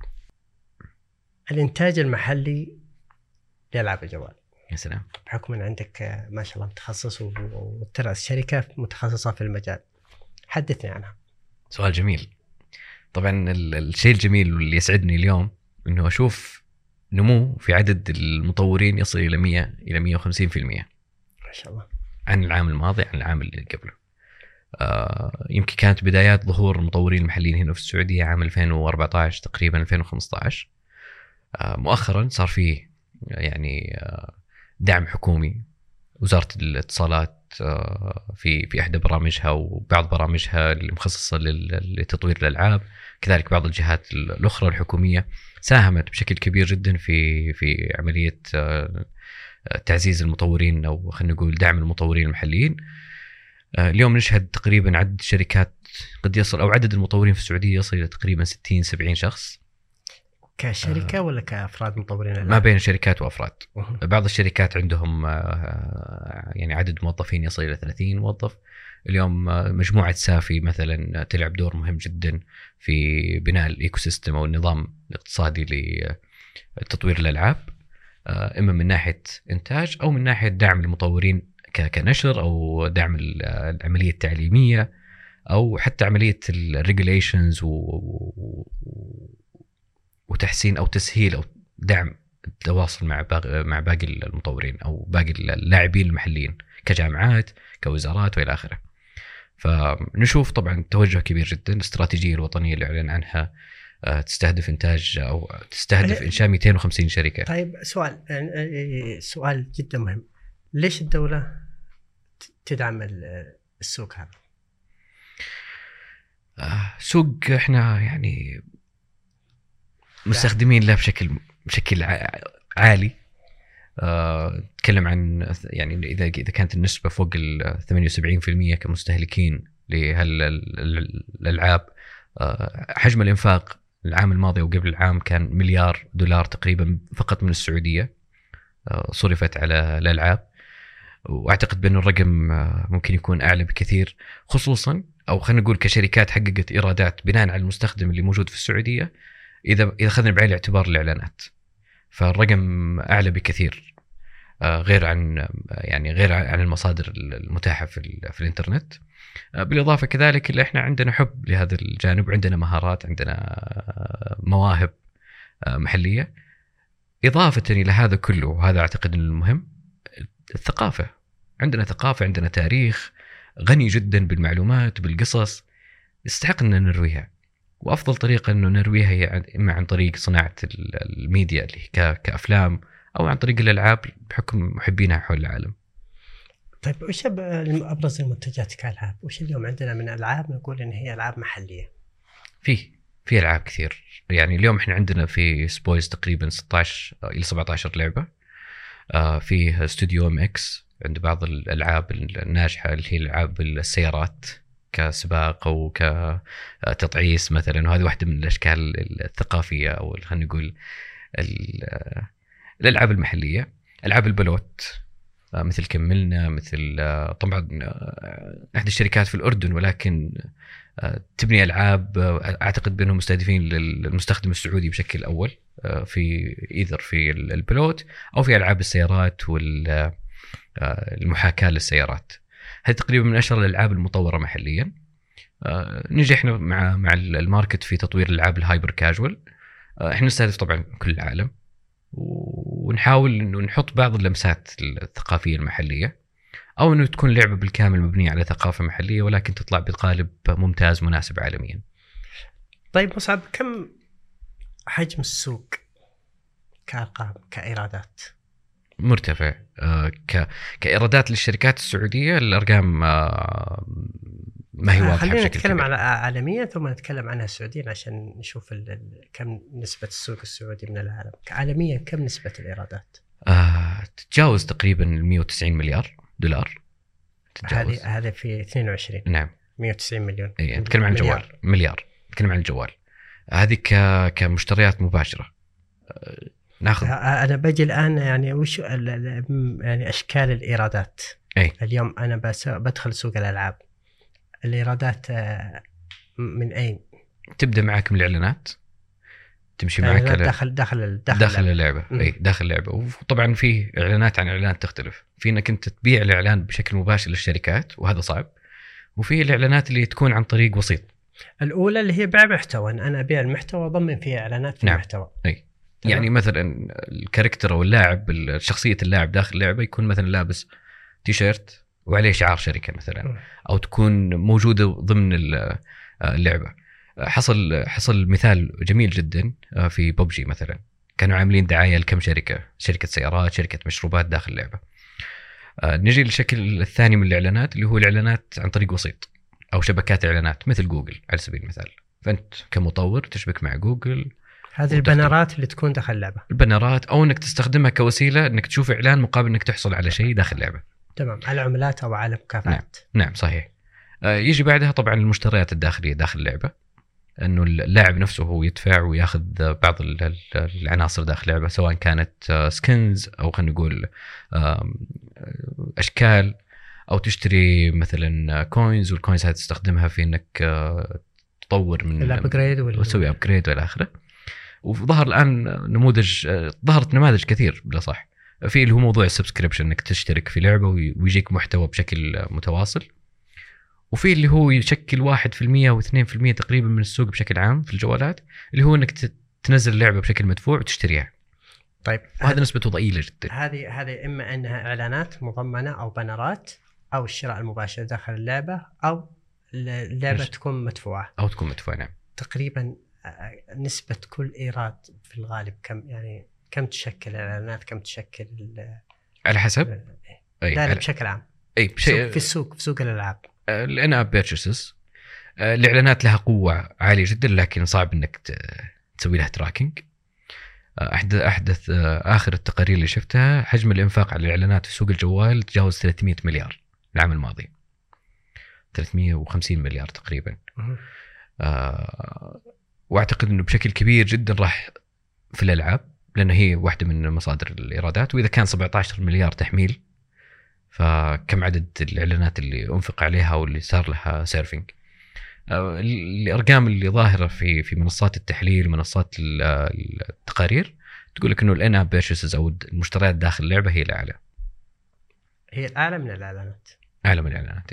الإنتاج المحلي لألعاب الجوال. يا سلام. بحكم أن عندك ما شاء الله متخصص وترأس شركة متخصصة في المجال، حدثني عنها. سؤال جميل. طبعا الشيء الجميل واللي يسعدني اليوم إنه أشوف نمو في عدد المطورين يصل إلى 100 إلى 150% ما شاء الله عن العام الماضي، عن العام اللي قبله. يمكن كانت بدايات ظهور المطورين المحليين هنا في السعودية عام 2014 تقريبا 2015. مؤخرا صار فيه يعني دعم حكومي. وزارة الاتصالات في إحدى برامجها وبعض برامجها المخصصة لتطوير الألعاب، كذلك بعض الجهات الأخرى الحكومية ساهمت بشكل كبير جدا في عملية تعزيز المطورين أو خلينا نقول دعم المطورين المحليين. اليوم نشهد تقريبا عدد الشركات قد يصل أو عدد المطورين في السعودية يصل إلى تقريبا 60-70 شخص كشركة ولا كأفراد مطورين الألعاب؟ ما بين شركات وأفراد. بعض الشركات عندهم يعني عدد موظفين يصل إلى 30 موظف. اليوم مجموعة سافي مثلا تلعب دور مهم جدا في بناء الإيكو سيستم أو النظام الاقتصادي لتطوير الألعاب، إما من ناحية إنتاج أو من ناحية دعم المطورين كنشر أو دعم العملية التعليمية أو حتى عملية الريجوليشنز وتحسين أو تسهيل أو دعم التواصل مع باقي المطورين أو باقي اللاعبين المحليين كجامعات كوزارات وإلى آخره. فنشوف طبعا توجه كبير جدا. الاستراتيجية الوطنية اللي أعلن عنها تستهدف إنتاج أو تستهدف إنشاء 250 شركة. طيب سؤال جدا مهم، ليش الدولة تدعم السوق هذا؟ سوق احنا يعني مستخدمين له بشكل عالي. نتكلم عن يعني إذا كانت النسبة فوق 78% كمستهلكين لهالألعاب. حجم الإنفاق العام الماضي وقبل العام كان $1 مليار تقريبا فقط من السعودية صرفت على الألعاب. وأعتقد بأن الرقم ممكن يكون أعلى بكثير، خصوصا أو خلينا نقول كشركات حققت إيرادات بناء على المستخدم اللي موجود في السعودية. إذا أخذنا بعين الاعتبار الإعلانات فالرقم أعلى بكثير، غير عن المصادر المتاحة في الإنترنت. بالإضافة كذلك اللي إحنا عندنا حب لهذا الجانب، عندنا مهارات، عندنا مواهب محلية. إضافة إلى هذا كله، وهذا أعتقد أنه المهم، الثقافة. عندنا ثقافة، عندنا تاريخ غني جدا بالمعلومات بالقصص، يستحق أن نرويها. وأفضل طريقة أنه نرويها هي إما عن طريق صناعة الميديا اللي كأفلام، أو عن طريق الألعاب بحكم محبينها حول العالم. طيب وش أبرز المنتجات كألعاب؟ وش اليوم عندنا من ألعاب نقول إن هي ألعاب محلية؟ في ألعاب كثير. يعني اليوم إحنا عندنا في سبويز تقريبا 16 إلى 17 لعبة. في استوديو MX عند بعض الألعاب الناجحة اللي هي ألعاب السيارات كسباق أو كتطعيس مثلا، وهذه واحدة من الأشكال الثقافية أو خلينا نقول الألعاب المحلية. ألعاب البلوت مثل كملنا، مثل طبعا أحد الشركات في الأردن، ولكن تبني ألعاب أعتقد بأنهم مستهدفين للمستخدم السعودي بشكل أول، في إيذر في البلوت أو في ألعاب السيارات والمحاكاة للسيارات. هذه تقريبا من أشهر الألعاب المطورة محليا. نجحنا مع الماركت في تطوير الألعاب الهايبر كاجوال. إحنا نستهدف طبعا كل العالم، ونحاول إنه نحط بعض اللمسات الثقافية المحلية، أو إنه تكون لعبة بالكامل مبنية على ثقافة محلية ولكن تطلع بقالب ممتاز مناسب عالميا. طيب مصعب، كم حجم السوق كأرقام كإيرادات؟ مرتفع. كإيرادات للشركات السعودية الأرقام ما هي واضحة بشكل كبير. خلينا نتكلم على عالميا ثم نتكلم عنها السعودية عشان نشوف كم نسبة السوق السعودي من العالم. عالميا كم نسبة الإيرادات؟ تتجاوز تقريبا 190 مليار دولار. هذه في 22. نعم 190 مليون. نتكلم عن الجوال. مليار. نتكلم عن الجوال. هذه كمشتريات مباشرة. ناخذ. أنا بجي الآن يعني وش يعني أشكال الإيرادات. اليوم أنا بدخل سوق الألعاب، الإيرادات من أين؟ تبدأ معك من الإعلانات، تمشي معك داخل اللعبة. داخل اللعبة. وطبعا في إعلانات عن إعلانات تختلف. في إنك أنت تبيع الإعلان بشكل مباشر للشركات وهذا صعب، وفي الإعلانات اللي تكون عن طريق وسيط. الأولى اللي هي بيع محتوى، أنا أبيع المحتوى وضمن فيها إعلانات في المحتوى. يعني مثلا الكاركتر أو اللاعب، شخصية اللاعب داخل اللعبة يكون مثلا لابس تيشيرت وعليه شعار شركة مثلا، أو تكون موجودة ضمن اللعبة. حصل مثال جميل جدا في ببجي مثلا، كانوا عاملين دعاية لكم شركة سيارات، شركة مشروبات داخل اللعبة. نجي للشكل الثاني من الإعلانات اللي هو الإعلانات عن طريق وسيط أو شبكات إعلانات مثل جوجل على سبيل المثال. فأنت كمطور تشبك مع جوجل، هذه البنرات اللي تكون داخل اللعبة، البنرات، أو أنك تستخدمها كوسيلة أنك تشوف إعلان مقابل أنك تحصل على شيء داخل اللعبة. تمام، على عملات أو على مكافآت. نعم صحيح. يجي بعدها طبعا المشتريات الداخلية داخل اللعبة، أنه اللاعب نفسه هو يدفع ويأخذ بعض العناصر داخل اللعبة، سواء كانت سكنز أو خلينا نقول أشكال، أو تشتري مثلا كوينز، والكوينز هذه تستخدمها في أنك تطور من الأبجريد وتسوي أبجريد والى آخره. وظهر الآن ظهرت نماذج كثير بلا صح، في اللي هو موضوع السبسكريبشن، انك تشترك في لعبة ويجيك محتوى بشكل متواصل، وفي اللي هو يشكل 1% و 2% تقريبا من السوق بشكل عام في الجوالات، اللي هو انك تنزل اللعبة بشكل مدفوع وتشتريها. طيب وهذا نسبته ضئيلة جدا. هذه إما أنها إعلانات مضمنة أو بنرات، أو الشراء المباشر داخل اللعبة، أو اللعبة تكون مدفوعة أو تكون مدفوعة. نعم. تقريبا نسبة كل إيراد في الغالب كم تشكل الإعلانات، كم تشكل على حسب لا بشكل عام في سوق الألعاب. الإن-آب بيرتشيسز، الإعلانات لها قوة عالية جدا، لكن صعب إنك تسوي لها تراكينج. أحدث آخر التقارير اللي شفتها، حجم الإنفاق على الإعلانات في سوق الجوال تجاوز 300 مليار العام الماضي، 350 مليار تقريبا. واعتقد انه بشكل كبير جدا راح في الالعاب، لانه هي واحده من مصادر الايرادات. واذا كان 17 مليار تحميل، فكم عدد الاعلانات اللي انفق عليها واللي صار لها سيرفينج. الارقام اللي ظاهره في منصات التحليل، منصات التقارير، تقول لك انه الان-آب بيرشيسز او المشتريات داخل اللعبه هي الاعلى، هي الاعلى من الاعلانات، اعلى من الاعلانات.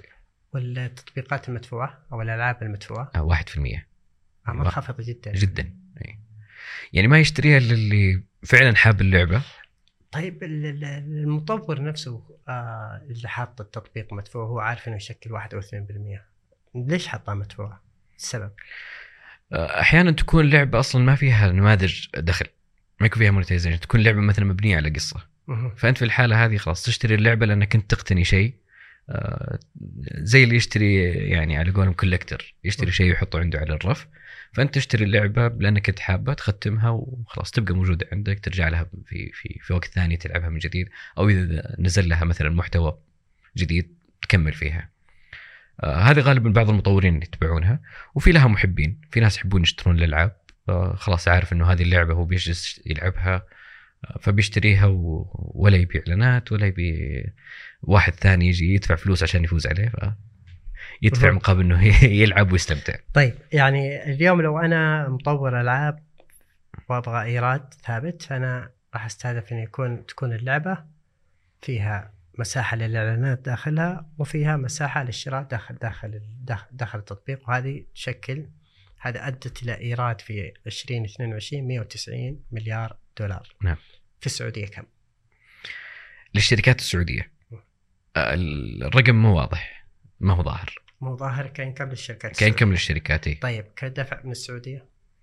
والتطبيقات المدفوعه او الالعاب المدفوعه 1%، منخفضة جدا جدا. يعني ما يشتريها للي فعلا حاب اللعبة. طيب المطور نفسه اللي حاط التطبيق مدفوع هو عارف انه يشكل 1 أو 2%، ليش حطها مدفوع؟ السبب احيانا تكون لعبة اصلا ما فيها نماذج دخل، ما يكون فيها مونيتايزيشن، تكون لعبة مثلا مبنية على قصة. فانت في الحالة هذه خلاص تشتري اللعبة لانك انت تقتني شيء، زي اللي يشتري يعني على قولهم كولكتر، يشتري شيء يحطه عنده على الرف. فانت تشتري اللعبة لانك انت حابة تختمها وخلاص تبقى موجودة عندك، ترجع لها في وقت ثاني تلعبها من جديد، او اذا نزل لها مثلا محتوى جديد تكمل فيها. هذه غالبا بعض المطورين اللي يتبعونها، وفي لها محبين، في ناس يحبون يشترون الالعاب خلاص عارف انه هذه اللعبة هو بيجلس يلعبها فبيشتريها ولا يبي اعلانات ولا يبي واحد ثاني يجي يدفع فلوس عشان يفوز عليه، يدفع مقابل انه يلعب ويستمتع. طيب يعني اليوم لو انا مطور العاب وابغى ايراد ثابت، فانا راح استهدف ان تكون اللعبه فيها مساحه للاعلانات داخلها، وفيها مساحه للشراء داخل التطبيق، وهذه تشكل، هذا ادت الى ايراد في 2022 190 مليار دولار. نعم. في السعوديه كم؟ للشركات السعوديه الرقم مو واضح، ما هو ظاهر. مو ظاهر كان كم للشركات؟ كان كم للشركات؟ طيب كدفع من السعوديه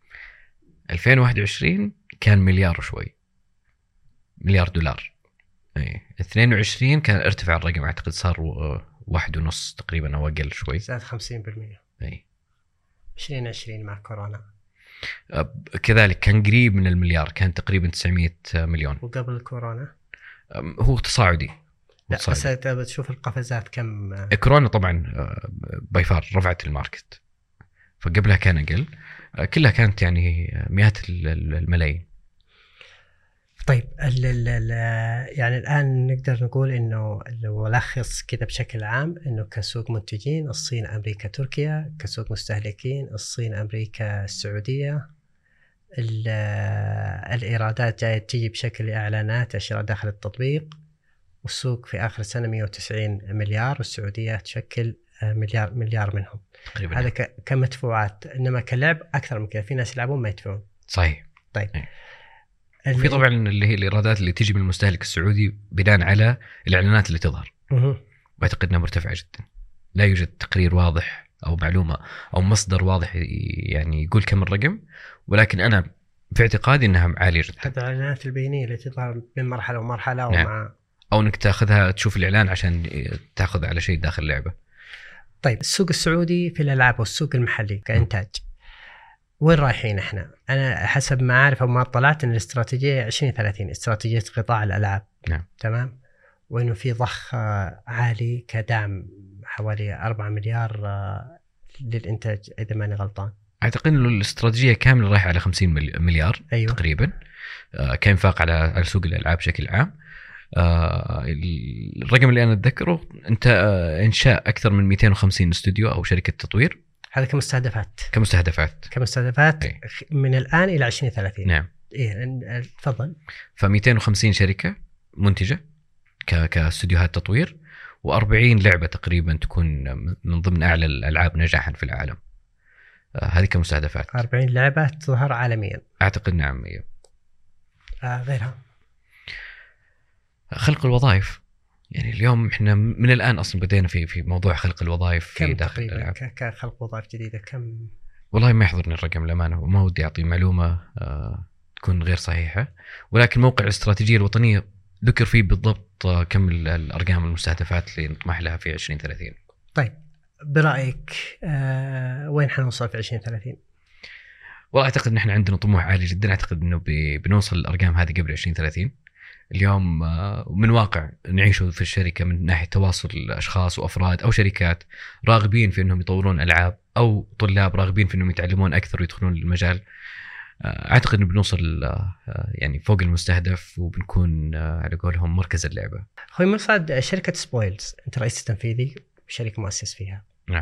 2021 كان مليار وشوي، مليار دولار. 22 كان ارتفع الرقم، اعتقد صار 1.5 تقريبا او اقل شوي، زاد 50%. 2020 مع كورونا كذلك كان قريب من المليار، كان تقريبا 900 مليون. وقبل كورونا هو تصاعدي. لا بس تشوف القفزات كم. كورونا طبعا بايفار رفعت الماركت، فقبلها كان اقل، كلها كانت يعني مئات الملايين. طيب يعني الآن نقدر نقول إنه لو نلخص كذا بشكل عام، إنه كسوق منتجين الصين أمريكا تركيا، كسوق مستهلكين الصين أمريكا السعودية، الإيرادات جاية تيجي بشكل إعلانات شراء داخل التطبيق، والسوق في آخر السنة 190 مليار، والسعودية تشكل مليار منهم تقريبا. هذا كمدفوعات، إنما كلعب أكثر من كذا، في ناس يلعبون ما يدفعون. صحيح. طيب وفي طبعا اللي هي الإيرادات اللي تيجي من المستهلك السعودي بناء على الإعلانات اللي تظهر، واعتقد انها مرتفعة جدا. لا يوجد تقرير واضح او معلومة او مصدر واضح يعني يقول كم الرقم، ولكن انا في اعتقادي انها عالية جدا. حتى الإعلانات البينية اللي تظهر من مرحلة ومرحلة. نعم. ومع او انك تاخذها تشوف الاعلان عشان تاخذ على شيء داخل اللعبة. طيب السوق السعودي في الالعاب والسوق المحلي كإنتاج وين رايحين احنا؟ انا حسب ما اعرف او ما طلعت ان الاستراتيجيه 2030 استراتيجيه قطاع الالعاب. نعم. تمام. وانه في ضخ عالي كدعم حوالي 4 مليار للانتاج اذا ماني غلطان. اعتقد انه الاستراتيجيه كامله رايحه على 50 مليار. أيوة. تقريبا كانفاق على سوق الالعاب بشكل عام. الرقم اللي انا اتذكره انت انشاء اكثر من 250 استوديو او شركه تطوير. هذا كمستهدفات أي. من الآن إلى 2030. نعم. إيه تفضل. ف250 شركة منتجة كاستوديوهات تطوير، و40 لعبة تقريبا تكون من ضمن أعلى الألعاب نجاحا في العالم. هذه كمستهدفات. 40 لعبة تظهر عالميا. أعتقد نعم. غيرها خلق الوظائف. يعني اليوم احنا من الآن أصلا بدينا في موضوع خلق الوظائف في داخل الألعاب. كخلق وظائف جديدة كم؟ والله ما يحضرني الرقم الأمانة، وما ودي أعطي معلومة تكون غير صحيحة، ولكن موقع الاستراتيجية الوطنية ذكر فيه بالضبط كم الأرقام المستهدفات اللي نطمح لها في 2030. طيب برأيك وين حنوصل في 2030؟ والله أعتقد إن احنا عندنا طموح عالي جدا. أعتقد إنه بنوصل الأرقام هذه قبل 2030. اليوم من واقع نعيشه في الشركة من ناحية تواصل أشخاص وأفراد أو شركات راغبين في أنهم يطورون ألعاب، أو طلاب راغبين في أنهم يتعلمون أكثر ويدخلون المجال. أعتقد أنه بنوصل يعني فوق المستهدف، وبنكون على قولهم مركز اللعبة. أخوي مصعد، شركة سبويلز أنت رئيس التنفيذي، شركة مؤسس فيها. نعم.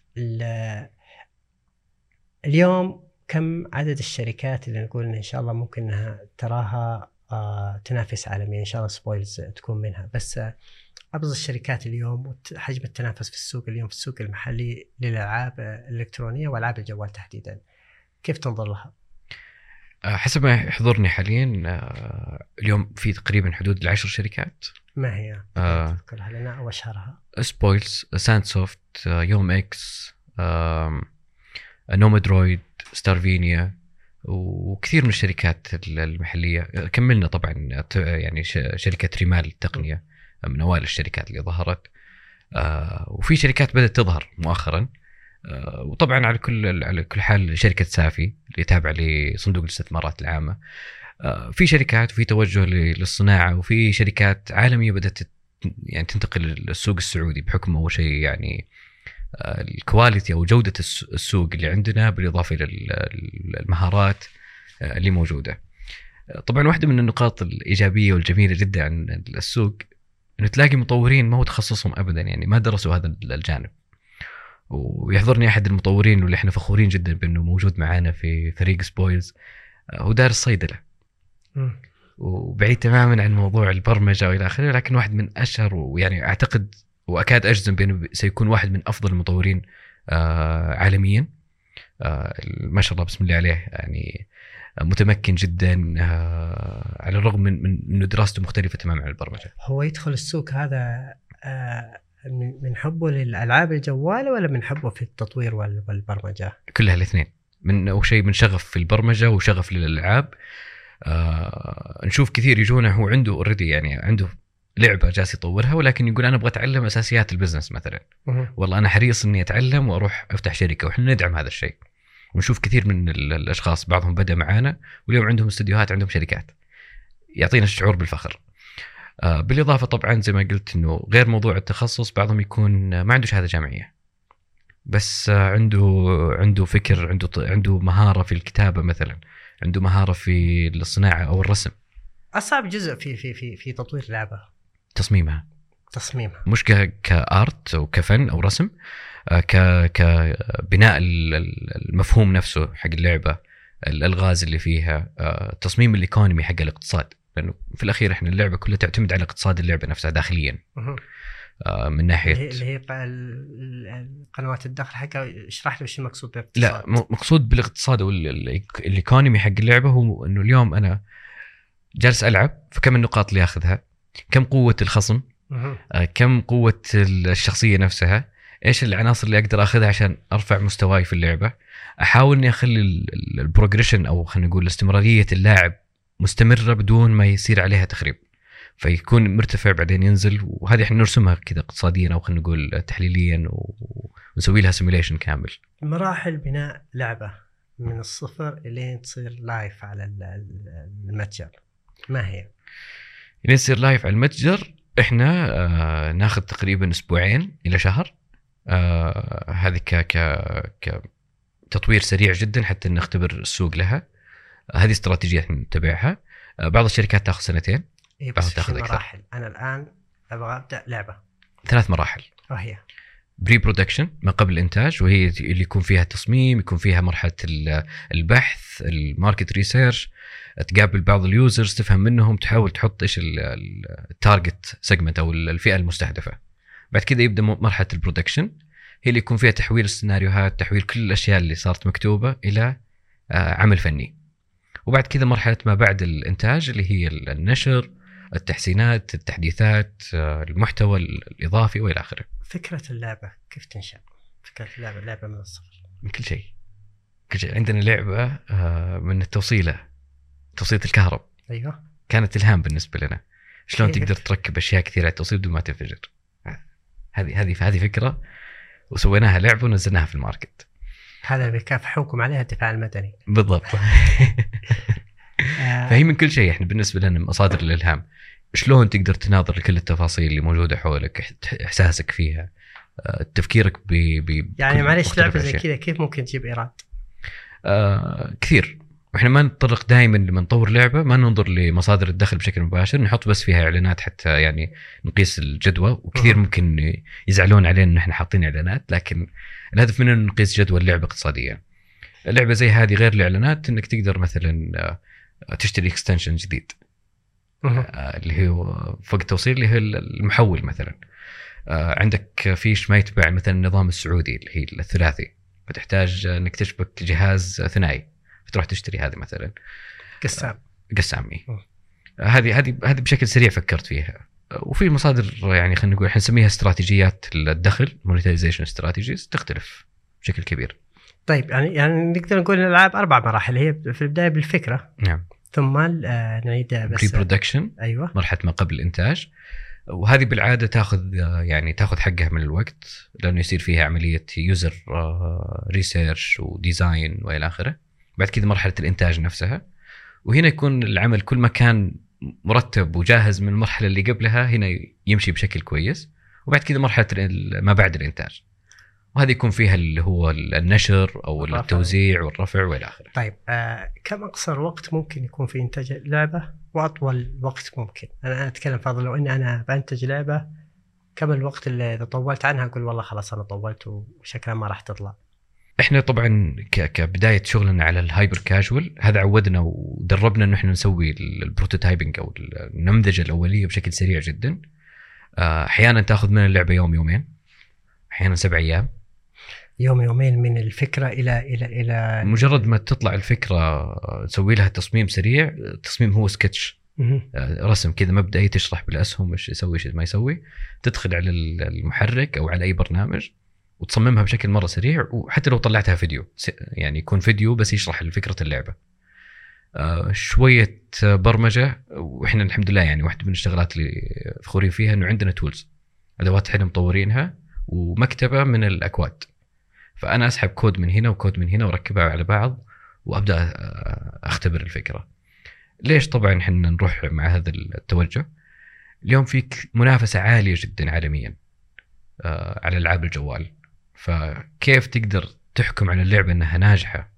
اليوم كم عدد الشركات اللي نقول إن شاء الله ممكن أنها تراها تنافس عالميا؟ إن شاء الله سبويلز تكون منها، بس أبرز الشركات اليوم وحجم التنافس في السوق اليوم في السوق المحلي للألعاب الإلكترونية وألعاب الجوال تحديدا، كيف تنظر لها؟ حسب ما يحضرني حاليا اليوم في تقريبا حدود 10 شركات. ما هي؟ تذكرها لنا أو أشهرها؟ سبويلز، ساندسوفت، يوم إكس، نومادرويد، ستارفينيا، وكثير من الشركات المحلية. كملنا طبعا يعني شركة ريمال التقنية من أوائل الشركات اللي ظهرت، وفي شركات بدأت تظهر مؤخرا، وطبعا على كل حال شركة سافي اللي تابعة لصندوق الاستثمارات العامة. في شركات وفي توجه للصناعة، وفي شركات عالمية بدأت يعني تنتقل للسوق السعودي بحكم أول شيء يعني الكواليتي أو جودة السوق اللي عندنا، بالإضافة إلى المهارات اللي موجودة. طبعا واحدة من النقاط الإيجابية والجميلة جدا عن السوق إنه تلاقي مطورين ما هو تخصصهم أبدا، يعني ما درسوا هذا الجانب. ويحضرني أحد المطورين واللي إحنا فخورين جدا بأنه موجود معنا في فريق سبويلز، هو دارس صيدلة وبعيد تماما عن موضوع البرمجة وإلى آخره، لكن واحد من أشهر، ويعني أعتقد وأكاد أجزم بأنه سيكون واحد من أفضل المطورين عالميا. ما شاء الله بسم الله عليه، يعني متمكن جدا على الرغم من أنه دراسته مختلفة تماما عن البرمجة. هو يدخل السوق هذا من حبه للألعاب الجوال ولا من حبه في التطوير والبرمجة؟ كلها الاثنين. من أول شيء من شغف في البرمجة وشغف للألعاب. نشوف كثير يجونا هو عنده اوريدي، يعني عنده لعبة جالس يطورها، ولكن يقول أنا أبغى أتعلم أساسيات البزنس مثلا. والله أنا حريص إني أتعلم وأروح أفتح شركة، وإحنا ندعم هذا الشيء. ونشوف كثير من الأشخاص بعضهم بدأ معانا واليوم عندهم استديوهات، عندهم شركات، يعطينا الشعور بالفخر. بالإضافة طبعا زي ما قلت إنه غير موضوع التخصص، بعضهم يكون ما عنده شهادة جامعية بس عنده فكر، عنده مهارة في الكتابة مثلا، عنده مهارة في الصناعة أو الرسم. أصعب جزء في تطوير لعبة تصميمها مش كارت أو كفن أو رسم، كبناء المفهوم نفسه حق اللعبة، الألغاز اللي فيها، تصميم الإيكونومي حق الاقتصاد، لأنه في الأخير إحنا اللعبة كلها تعتمد على اقتصاد اللعبة نفسها داخليا. من ناحية اللي هي قنوات الدخل حقها. اشرح لي وش المقصود بالاقتصاد. لا، مقصود بالاقتصاد أو الإيكونومي حق اللعبة هو إنه اليوم أنا جالس ألعب، فكم النقاط اللي أخذها، كم قوة الخصم، كم قوة الشخصية نفسها، إيش العناصر اللي أقدر أخذها عشان أرفع مستواي في اللعبة. أحاول إني أخلي البروجريشن أو خلينا نقول استمرارية اللاعب مستمرة بدون ما يصير عليها تخريب، فيكون مرتفع بعدين ينزل. وهذه احنا نرسمها كذا اقتصاديا او خلينا نقول تحليليا، ونسوي لها سيميليشن كامل. مراحل بناء لعبة من الصفر الين تصير لايف على المتجر ما هي؟ الين تصير لايف على المتجر احنا ناخذ تقريبا اسبوعين الى شهر. هذه كتطوير سريع جدا حتى نختبر السوق لها. هذه استراتيجية نتبعها. بعض الشركات تاخذ سنتين. إيه بس في مراحل. أنا الآن أبغى أبدأ لعبة. 3 مراحل. وهي بري برودكشن ما قبل الإنتاج، وهي اللي يكون فيها تصميم، يكون فيها مرحلة البحث، الماركت ريسيرش، تقابل بعض اليوزرز تفهم منهم، تحاول تحط إيش التارجت سيجمنت أو الفئة المستهدفة. بعد كده يبدأ مرحلة البرودكشن، هي اللي يكون فيها تحويل السيناريوهات، تحويل كل الأشياء اللي صارت مكتوبة إلى عمل فني. وبعد كده مرحلة ما بعد الإنتاج اللي هي النشر، التحسينات، التحديثات، المحتوى الإضافي وإلى آخره. فكرة اللعبة كيف تنشأ؟ فكرة اللعبة من الصفر. من كل شيء. عندنا لعبة من توصيلة الكهرب. أيوة. كانت إلهام بالنسبة لنا. شلون تقدر تركب أشياء كثيرة على التوصيل بدون ما تنفجر. هذه فكرة، وسويناها لعبة ونزلناها في الماركت. هذا بيكافحوكم عليها الدفاع المدني. بالضبط. فهي من كل شيء. احنا بالنسبة لنا مصادر الإلهام. شلون تقدر تناظر لكل التفاصيل اللي موجودة حولك، إحساسك فيها، تفكيرك يعني معليش لعبة زي كذا كيف ممكن تجيب إيراد؟ كثير. وإحنا ما نتطرق دائما لما نطور لعبة ما ننظر لمصادر الدخل بشكل مباشر، نحط بس فيها إعلانات حتى يعني نقيس الجدوى. وكثير ممكن يزعلون علينا إن إحنا حاطين إعلانات، لكن الهدف مننا نقيس جدوى اللعبة اقتصاديا. اللعبة زي هذه غير الإعلانات إنك تقدر مثلا تشتري اكستنشن جديد اللي هو فوق التوصيل اللي هو المحول مثلا. عندك فيش ما يتبع مثلا النظام السعودي اللي هي الثلاثي، فتحتاج انك تشبك جهاز ثنائي فتروح تشتري هذه مثلا قسامي. هذه بشكل سريع فكرت فيها. وفي مصادر يعني خلينا نقول احنا نسميها استراتيجيات الدخل monetization strategies تختلف بشكل كبير. طيب يعني نقدر نقول الألعاب 4 مراحل. هي في البداية بالفكرة، نعم، ثم نعيدها بس بري-برودكشن، أيوة، مرحلة ما قبل الإنتاج. وهذه بالعادة تاخذ حقها من الوقت، لأنه يصير فيها عملية يوزر ريسيرش وديزاين وإلى آخره. بعد كذا مرحلة الإنتاج نفسها، وهنا يكون العمل كل ما كان مرتب وجاهز من المرحلة اللي قبلها هنا يمشي بشكل كويس. وبعد كذا مرحلة ما بعد الإنتاج، وهذا يكون فيها اللي هو النشر أو التوزيع والرفع وإلى آخره. طيب كم أقصر وقت ممكن يكون في إنتاج لعبة، وأطول وقت ممكن؟ أنا أتكلم فاضل لو إني أنا بنتج لعبة، كم الوقت اللي إذا طولت عنها أقول والله خلاص أنا طولت وشكلها ما راح تطلع؟ احنا طبعا كبدايه شغلنا على الهايبر كاجوال هذا عودنا ودربنا انه احنا نسوي البروتوتايبنج او النمذجه الاوليه بشكل سريع جدا. احيانا تاخذ من اللعبه يوم يومين، احيانا 7 ايام. يومين من الفكره الى مجرد ما تطلع الفكره تسوي لها تصميم سريع. التصميم هو سكتش، رسم كذا مبدئي، تشرح بالاسهم ايش يسوي ايش ما يسوي، تدخل على المحرك او على اي برنامج وتصممها بشكل مرة سريع. وحتى لو طلعتها فيديو يعني يكون فيديو بس يشرح فكرة اللعبة. شوية برمجة، وإحنا الحمد لله يعني واحدة من الشغلات اللي فخورين فيها إنه عندنا تولز، أدوات إحنا مطورينها ومكتبة من الأكواد. فأنا أسحب كود من هنا وكود من هنا وركبها على بعض وأبدأ أختبر الفكرة. ليش؟ طبعا إحنا نروح مع هذا التوجه. اليوم فيك منافسة عالية جدا عالميا على ألعاب الجوال، فكيف تقدر تحكم على اللعبة أنها ناجحة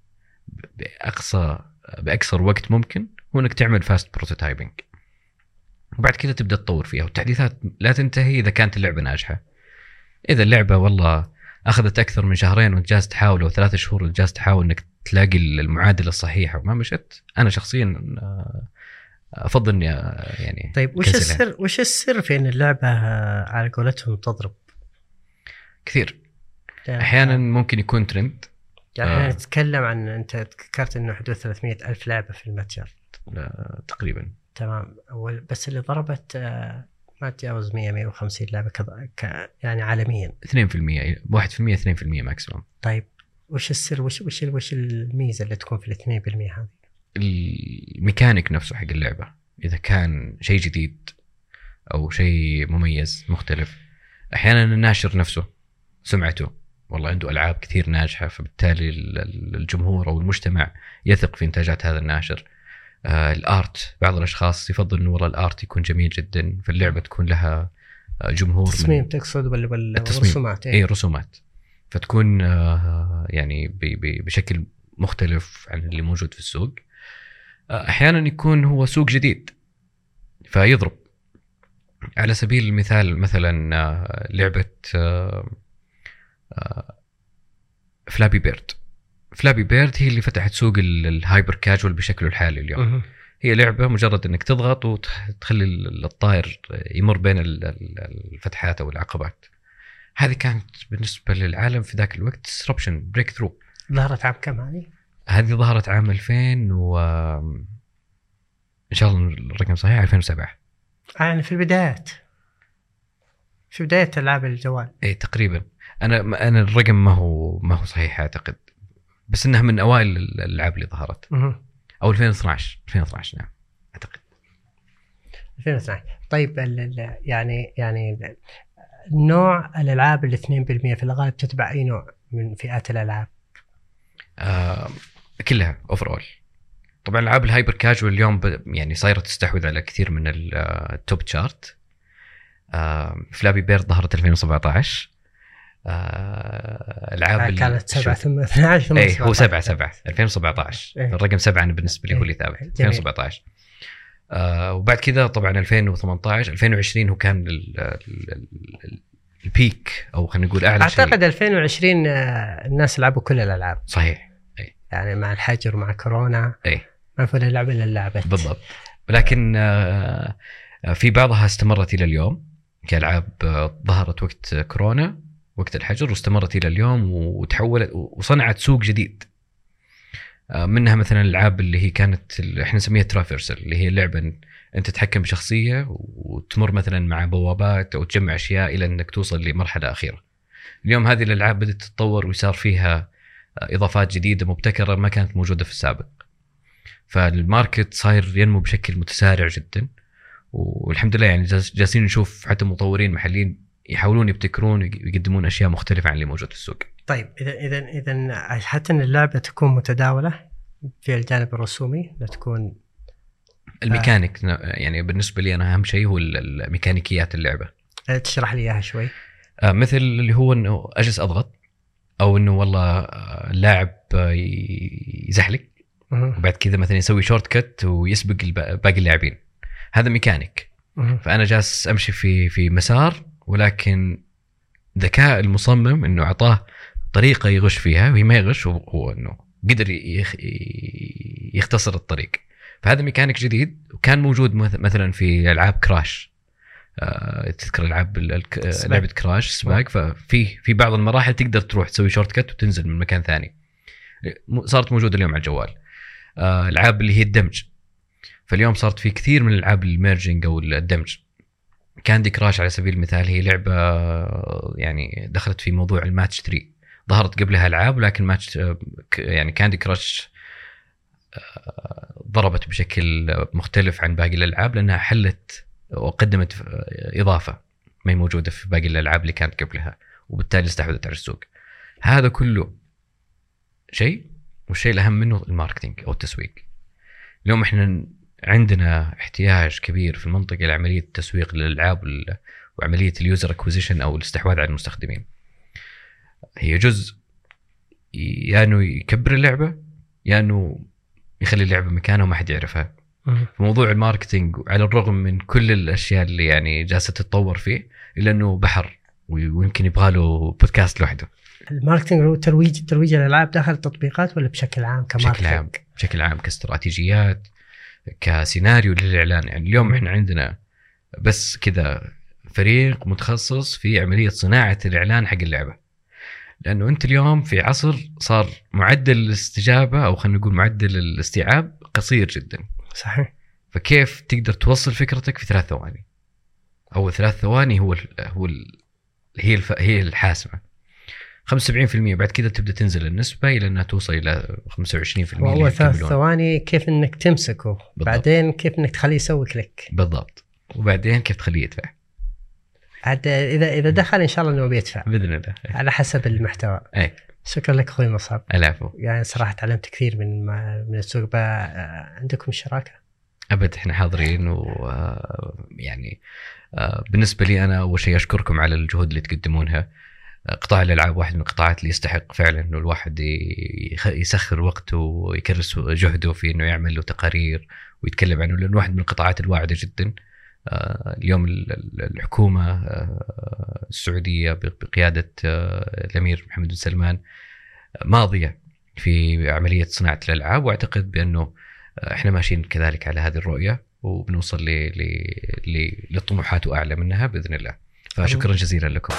بأقصر وقت ممكن؟ هو أنك تعمل فاست بروتوتايبنج، وبعد كده تبدأ تطور فيها. والتحديثات لا تنتهي إذا كانت اللعبة ناجحة. إذا اللعبة والله أخذت أكثر من 2 وانت جالس تحاول، أو 3 شهور وانت جالس تحاول أنك تلاقي المعادلة الصحيحة وما مشت، أنا شخصيا أفضل أني يعني. طيب وش السر في أن اللعبة على قولتهم تضرب؟ كثير. أحيانا ممكن يكون ترند. يعني نتكلم عن، أنت ذكرت إنه حدود 300,000 لعبة في المتجر تقريبا. تمام. بس اللي ضربت ما تجاوز 150 لعبة يعني عالميا. 2%، 1%، 2% ماكسيموم. طيب وش السر؟ وش الميزة اللي تكون في 2% هذه؟ الميكانيك نفسه حق اللعبة، إذا كان شيء جديد أو شيء مميز مختلف. أحيانا الناشر نفسه سمعته والله عنده ألعاب كثير ناجحة، فبالتالي الجمهور أو المجتمع يثق في إنتاجات هذا الناشر. الآرت، بعض الأشخاص يفضل إنه والله الآرت يكون جميل جدا، فاللعبة تكون لها جمهور. تصميم تقصد ولا رسومات؟ إيه رسومات، فتكون يعني بشكل مختلف عن اللي موجود في السوق. أحيانا يكون هو سوق جديد فيضرب. على سبيل المثال مثلا لعبة فلابي بيرد هي اللي فتحت سوق الهايبر كاجوال بشكله الحالي اليوم. هي لعبة مجرد انك تضغط وتخلي الطائر يمر بين الفتحات او العقبات. هذه كانت بالنسبة للعالم في ذاك الوقت disruption breakthrough. ظهرت عام كم هذه ظهرت عام 2000 ان شاء الله الرقم صحيح 2007. يعني في البدايات، في بداية ألعاب الجوال. ايه تقريبا. انا الرقم ما هو صحيح اعتقد، بس انها من اوائل الالعاب اللي ظهرت. او 2012 نعم اعتقد 2012. طيب يعني نوع الالعاب اللي 2% في الغالب تتبع اي نوع من فئات الالعاب؟ كلها اوفرول. طبعا العاب الهايبر كاجوال اليوم يعني صايره تستحوذ على كثير من التوب تشارت. فلابي بيرد ظهرت 2017. العاب كانت 7 ثم 12 ثم 17. هو 7 2017. الرقم 7 انا بالنسبه لي هو اللي ثابت. 2017. وبعد كذا طبعا 2018 2020 هو كان البيك، او خلينا نقول اعلى شيء. اعتقد 2020 الناس لعبوا كل الالعاب. صحيح. يعني مع الحجر ومع كورونا ما في لعبه الا لعبت بالضبط. ولكن في بعضها استمرت الى اليوم كالعاب ظهرت وقت كورونا وقت الحجر واستمرت الى اليوم وتحولت وصنعت سوق جديد. منها مثلا الألعاب اللي هي كانت احنا نسميها ترافيرسل، اللي هي لعبة أنت تتحكم بشخصية وتمر مثلا مع بوابات أو تجمع أشياء إلى أنك توصل لمرحلة أخيرة. اليوم هذه الألعاب بدأت تتطور ويصار فيها إضافات جديدة مبتكرة ما كانت موجودة في السابق، فالماركت صاير ينمو بشكل متسارع جدا. والحمد لله يعني جالسين نشوف حتى مطورين محليين يحاولون يبتكرون ويقدمون أشياء مختلفة عن اللي موجود في السوق. طيب إذا حتى أن اللعبة تكون متداولة في الجانب الرسومي، لا تكون الميكانيك يعني بالنسبة لي أنا أهم شيء هو الميكانيكيات اللعبة. تشرح لي إياها شوي. مثل اللي هو إنه أجلس أضغط، أو إنه والله اللاعب يزحلق وبعد كذا مثلا يسوي شورت كت ويسبق باقي اللاعبين، هذا ميكانيك. فأنا جالس أمشي في مسار، ولكن ذكاء المصمم إنه أعطاه طريقة يغش فيها وهي ما يغش، هو إنه قدر يختصر الطريق. فهذا ميكانيك جديد وكان موجود مثلا في ألعاب كراش. تذكر ألعاب لعبة كراش سباق، ففي بعض المراحل تقدر تروح تسوي شورت كت وتنزل من مكان ثاني، صارت موجودة اليوم على الجوال. ألعاب اللي هي الدمج، فاليوم صارت في كثير من الألعاب الميرجنج أو الدمج. كاندي كراش على سبيل المثال هي لعبة يعني دخلت في موضوع الماتش 3، ظهرت قبلها ألعاب ولكن ماتش يعني كاندي كراش ضربت بشكل مختلف عن باقي الألعاب لأنها حلت وقدمت إضافة ما هي موجودة في باقي الألعاب اللي كانت قبلها، وبالتالي استحوذت على السوق. هذا كله شيء، والشيء الأهم منه الماركتينج أو التسويق. اليوم إحنا عندنا احتياج كبير في المنطقة لعملية التسويق للألعاب وعملية اليوزر اكوزيشن أو الاستحواذ على المستخدمين. هي جزء يعني يكبر اللعبة، يعني يخلي اللعبة مكانها وما حد يعرفها. في موضوع الماركتينج على الرغم من كل الأشياء اللي يعني جالسة تتطور فيه، إلا أنه بحر ويمكن يبغى له بودكاست لوحده. الماركتينج هو ترويج الألعاب داخل التطبيقات ولا بشكل عام كماركتينج؟ بشكل عام كاستراتيجيات، كسيناريو للإعلان. يعني اليوم إحنا عندنا بس كذا فريق متخصص في عملية صناعة الإعلان حق اللعبة، لأنه أنت اليوم في عصر صار معدل الاستجابة أو خلينا نقول معدل الاستيعاب قصير جدا. صحيح. فكيف تقدر توصل فكرتك في 3 ثواني؟ أو 3 ثواني هي الحاسمة. 75% بعد كده تبدأ تنزل النسبة إلى أنها توصل إلى 25%. وهو 3 ثواني كيف إنك تمسكه بالضبط. بعدين كيف إنك تخليه يسوي كليك بالضبط، وبعدين كيف تخليه يدفع. عاد إذا دخل إن شاء الله إنه بيدفع بإذن الله على حسب المحتوى. أي. شكرا لك أخوي مصعب. العفو. يعني صراحة تعلمت كثير من السوق. عندكم شراكة؟ أبد، إحنا حاضرين. ويعني بالنسبة لي أنا أول شيء أشكركم على الجهود اللي تقدمونها. قطاع الألعاب واحد من القطاعات اللي يستحق فعلا إنه الواحد يسخر وقته ويكرس جهده في إنه يعمل له تقارير ويتكلم عنه، لأنه واحد من القطاعات الواعدة جدا. اليوم الحكومة السعودية بقيادة الأمير محمد بن سلمان ماضية في عملية صناعة الألعاب، وأعتقد بأنه إحنا ماشيين كذلك على هذه الرؤية وبنوصل لطموحات أعلى منها بإذن الله. فشكرا جزيلا لكم.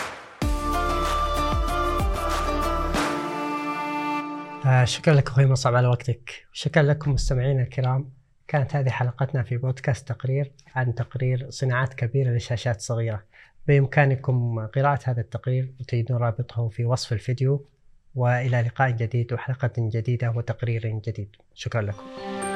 شكرا لك أخوي مصعب على وقتك، وشكرا لكم مستمعين الكرام. كانت هذه حلقتنا في بودكاست تقرير عن تقرير صناعات كبيرة لشاشات صغيرة. بإمكانكم قراءة هذا التقرير وتجدون رابطه في وصف الفيديو. وإلى لقاء جديد وحلقة جديدة وتقرير جديد. شكرا لكم.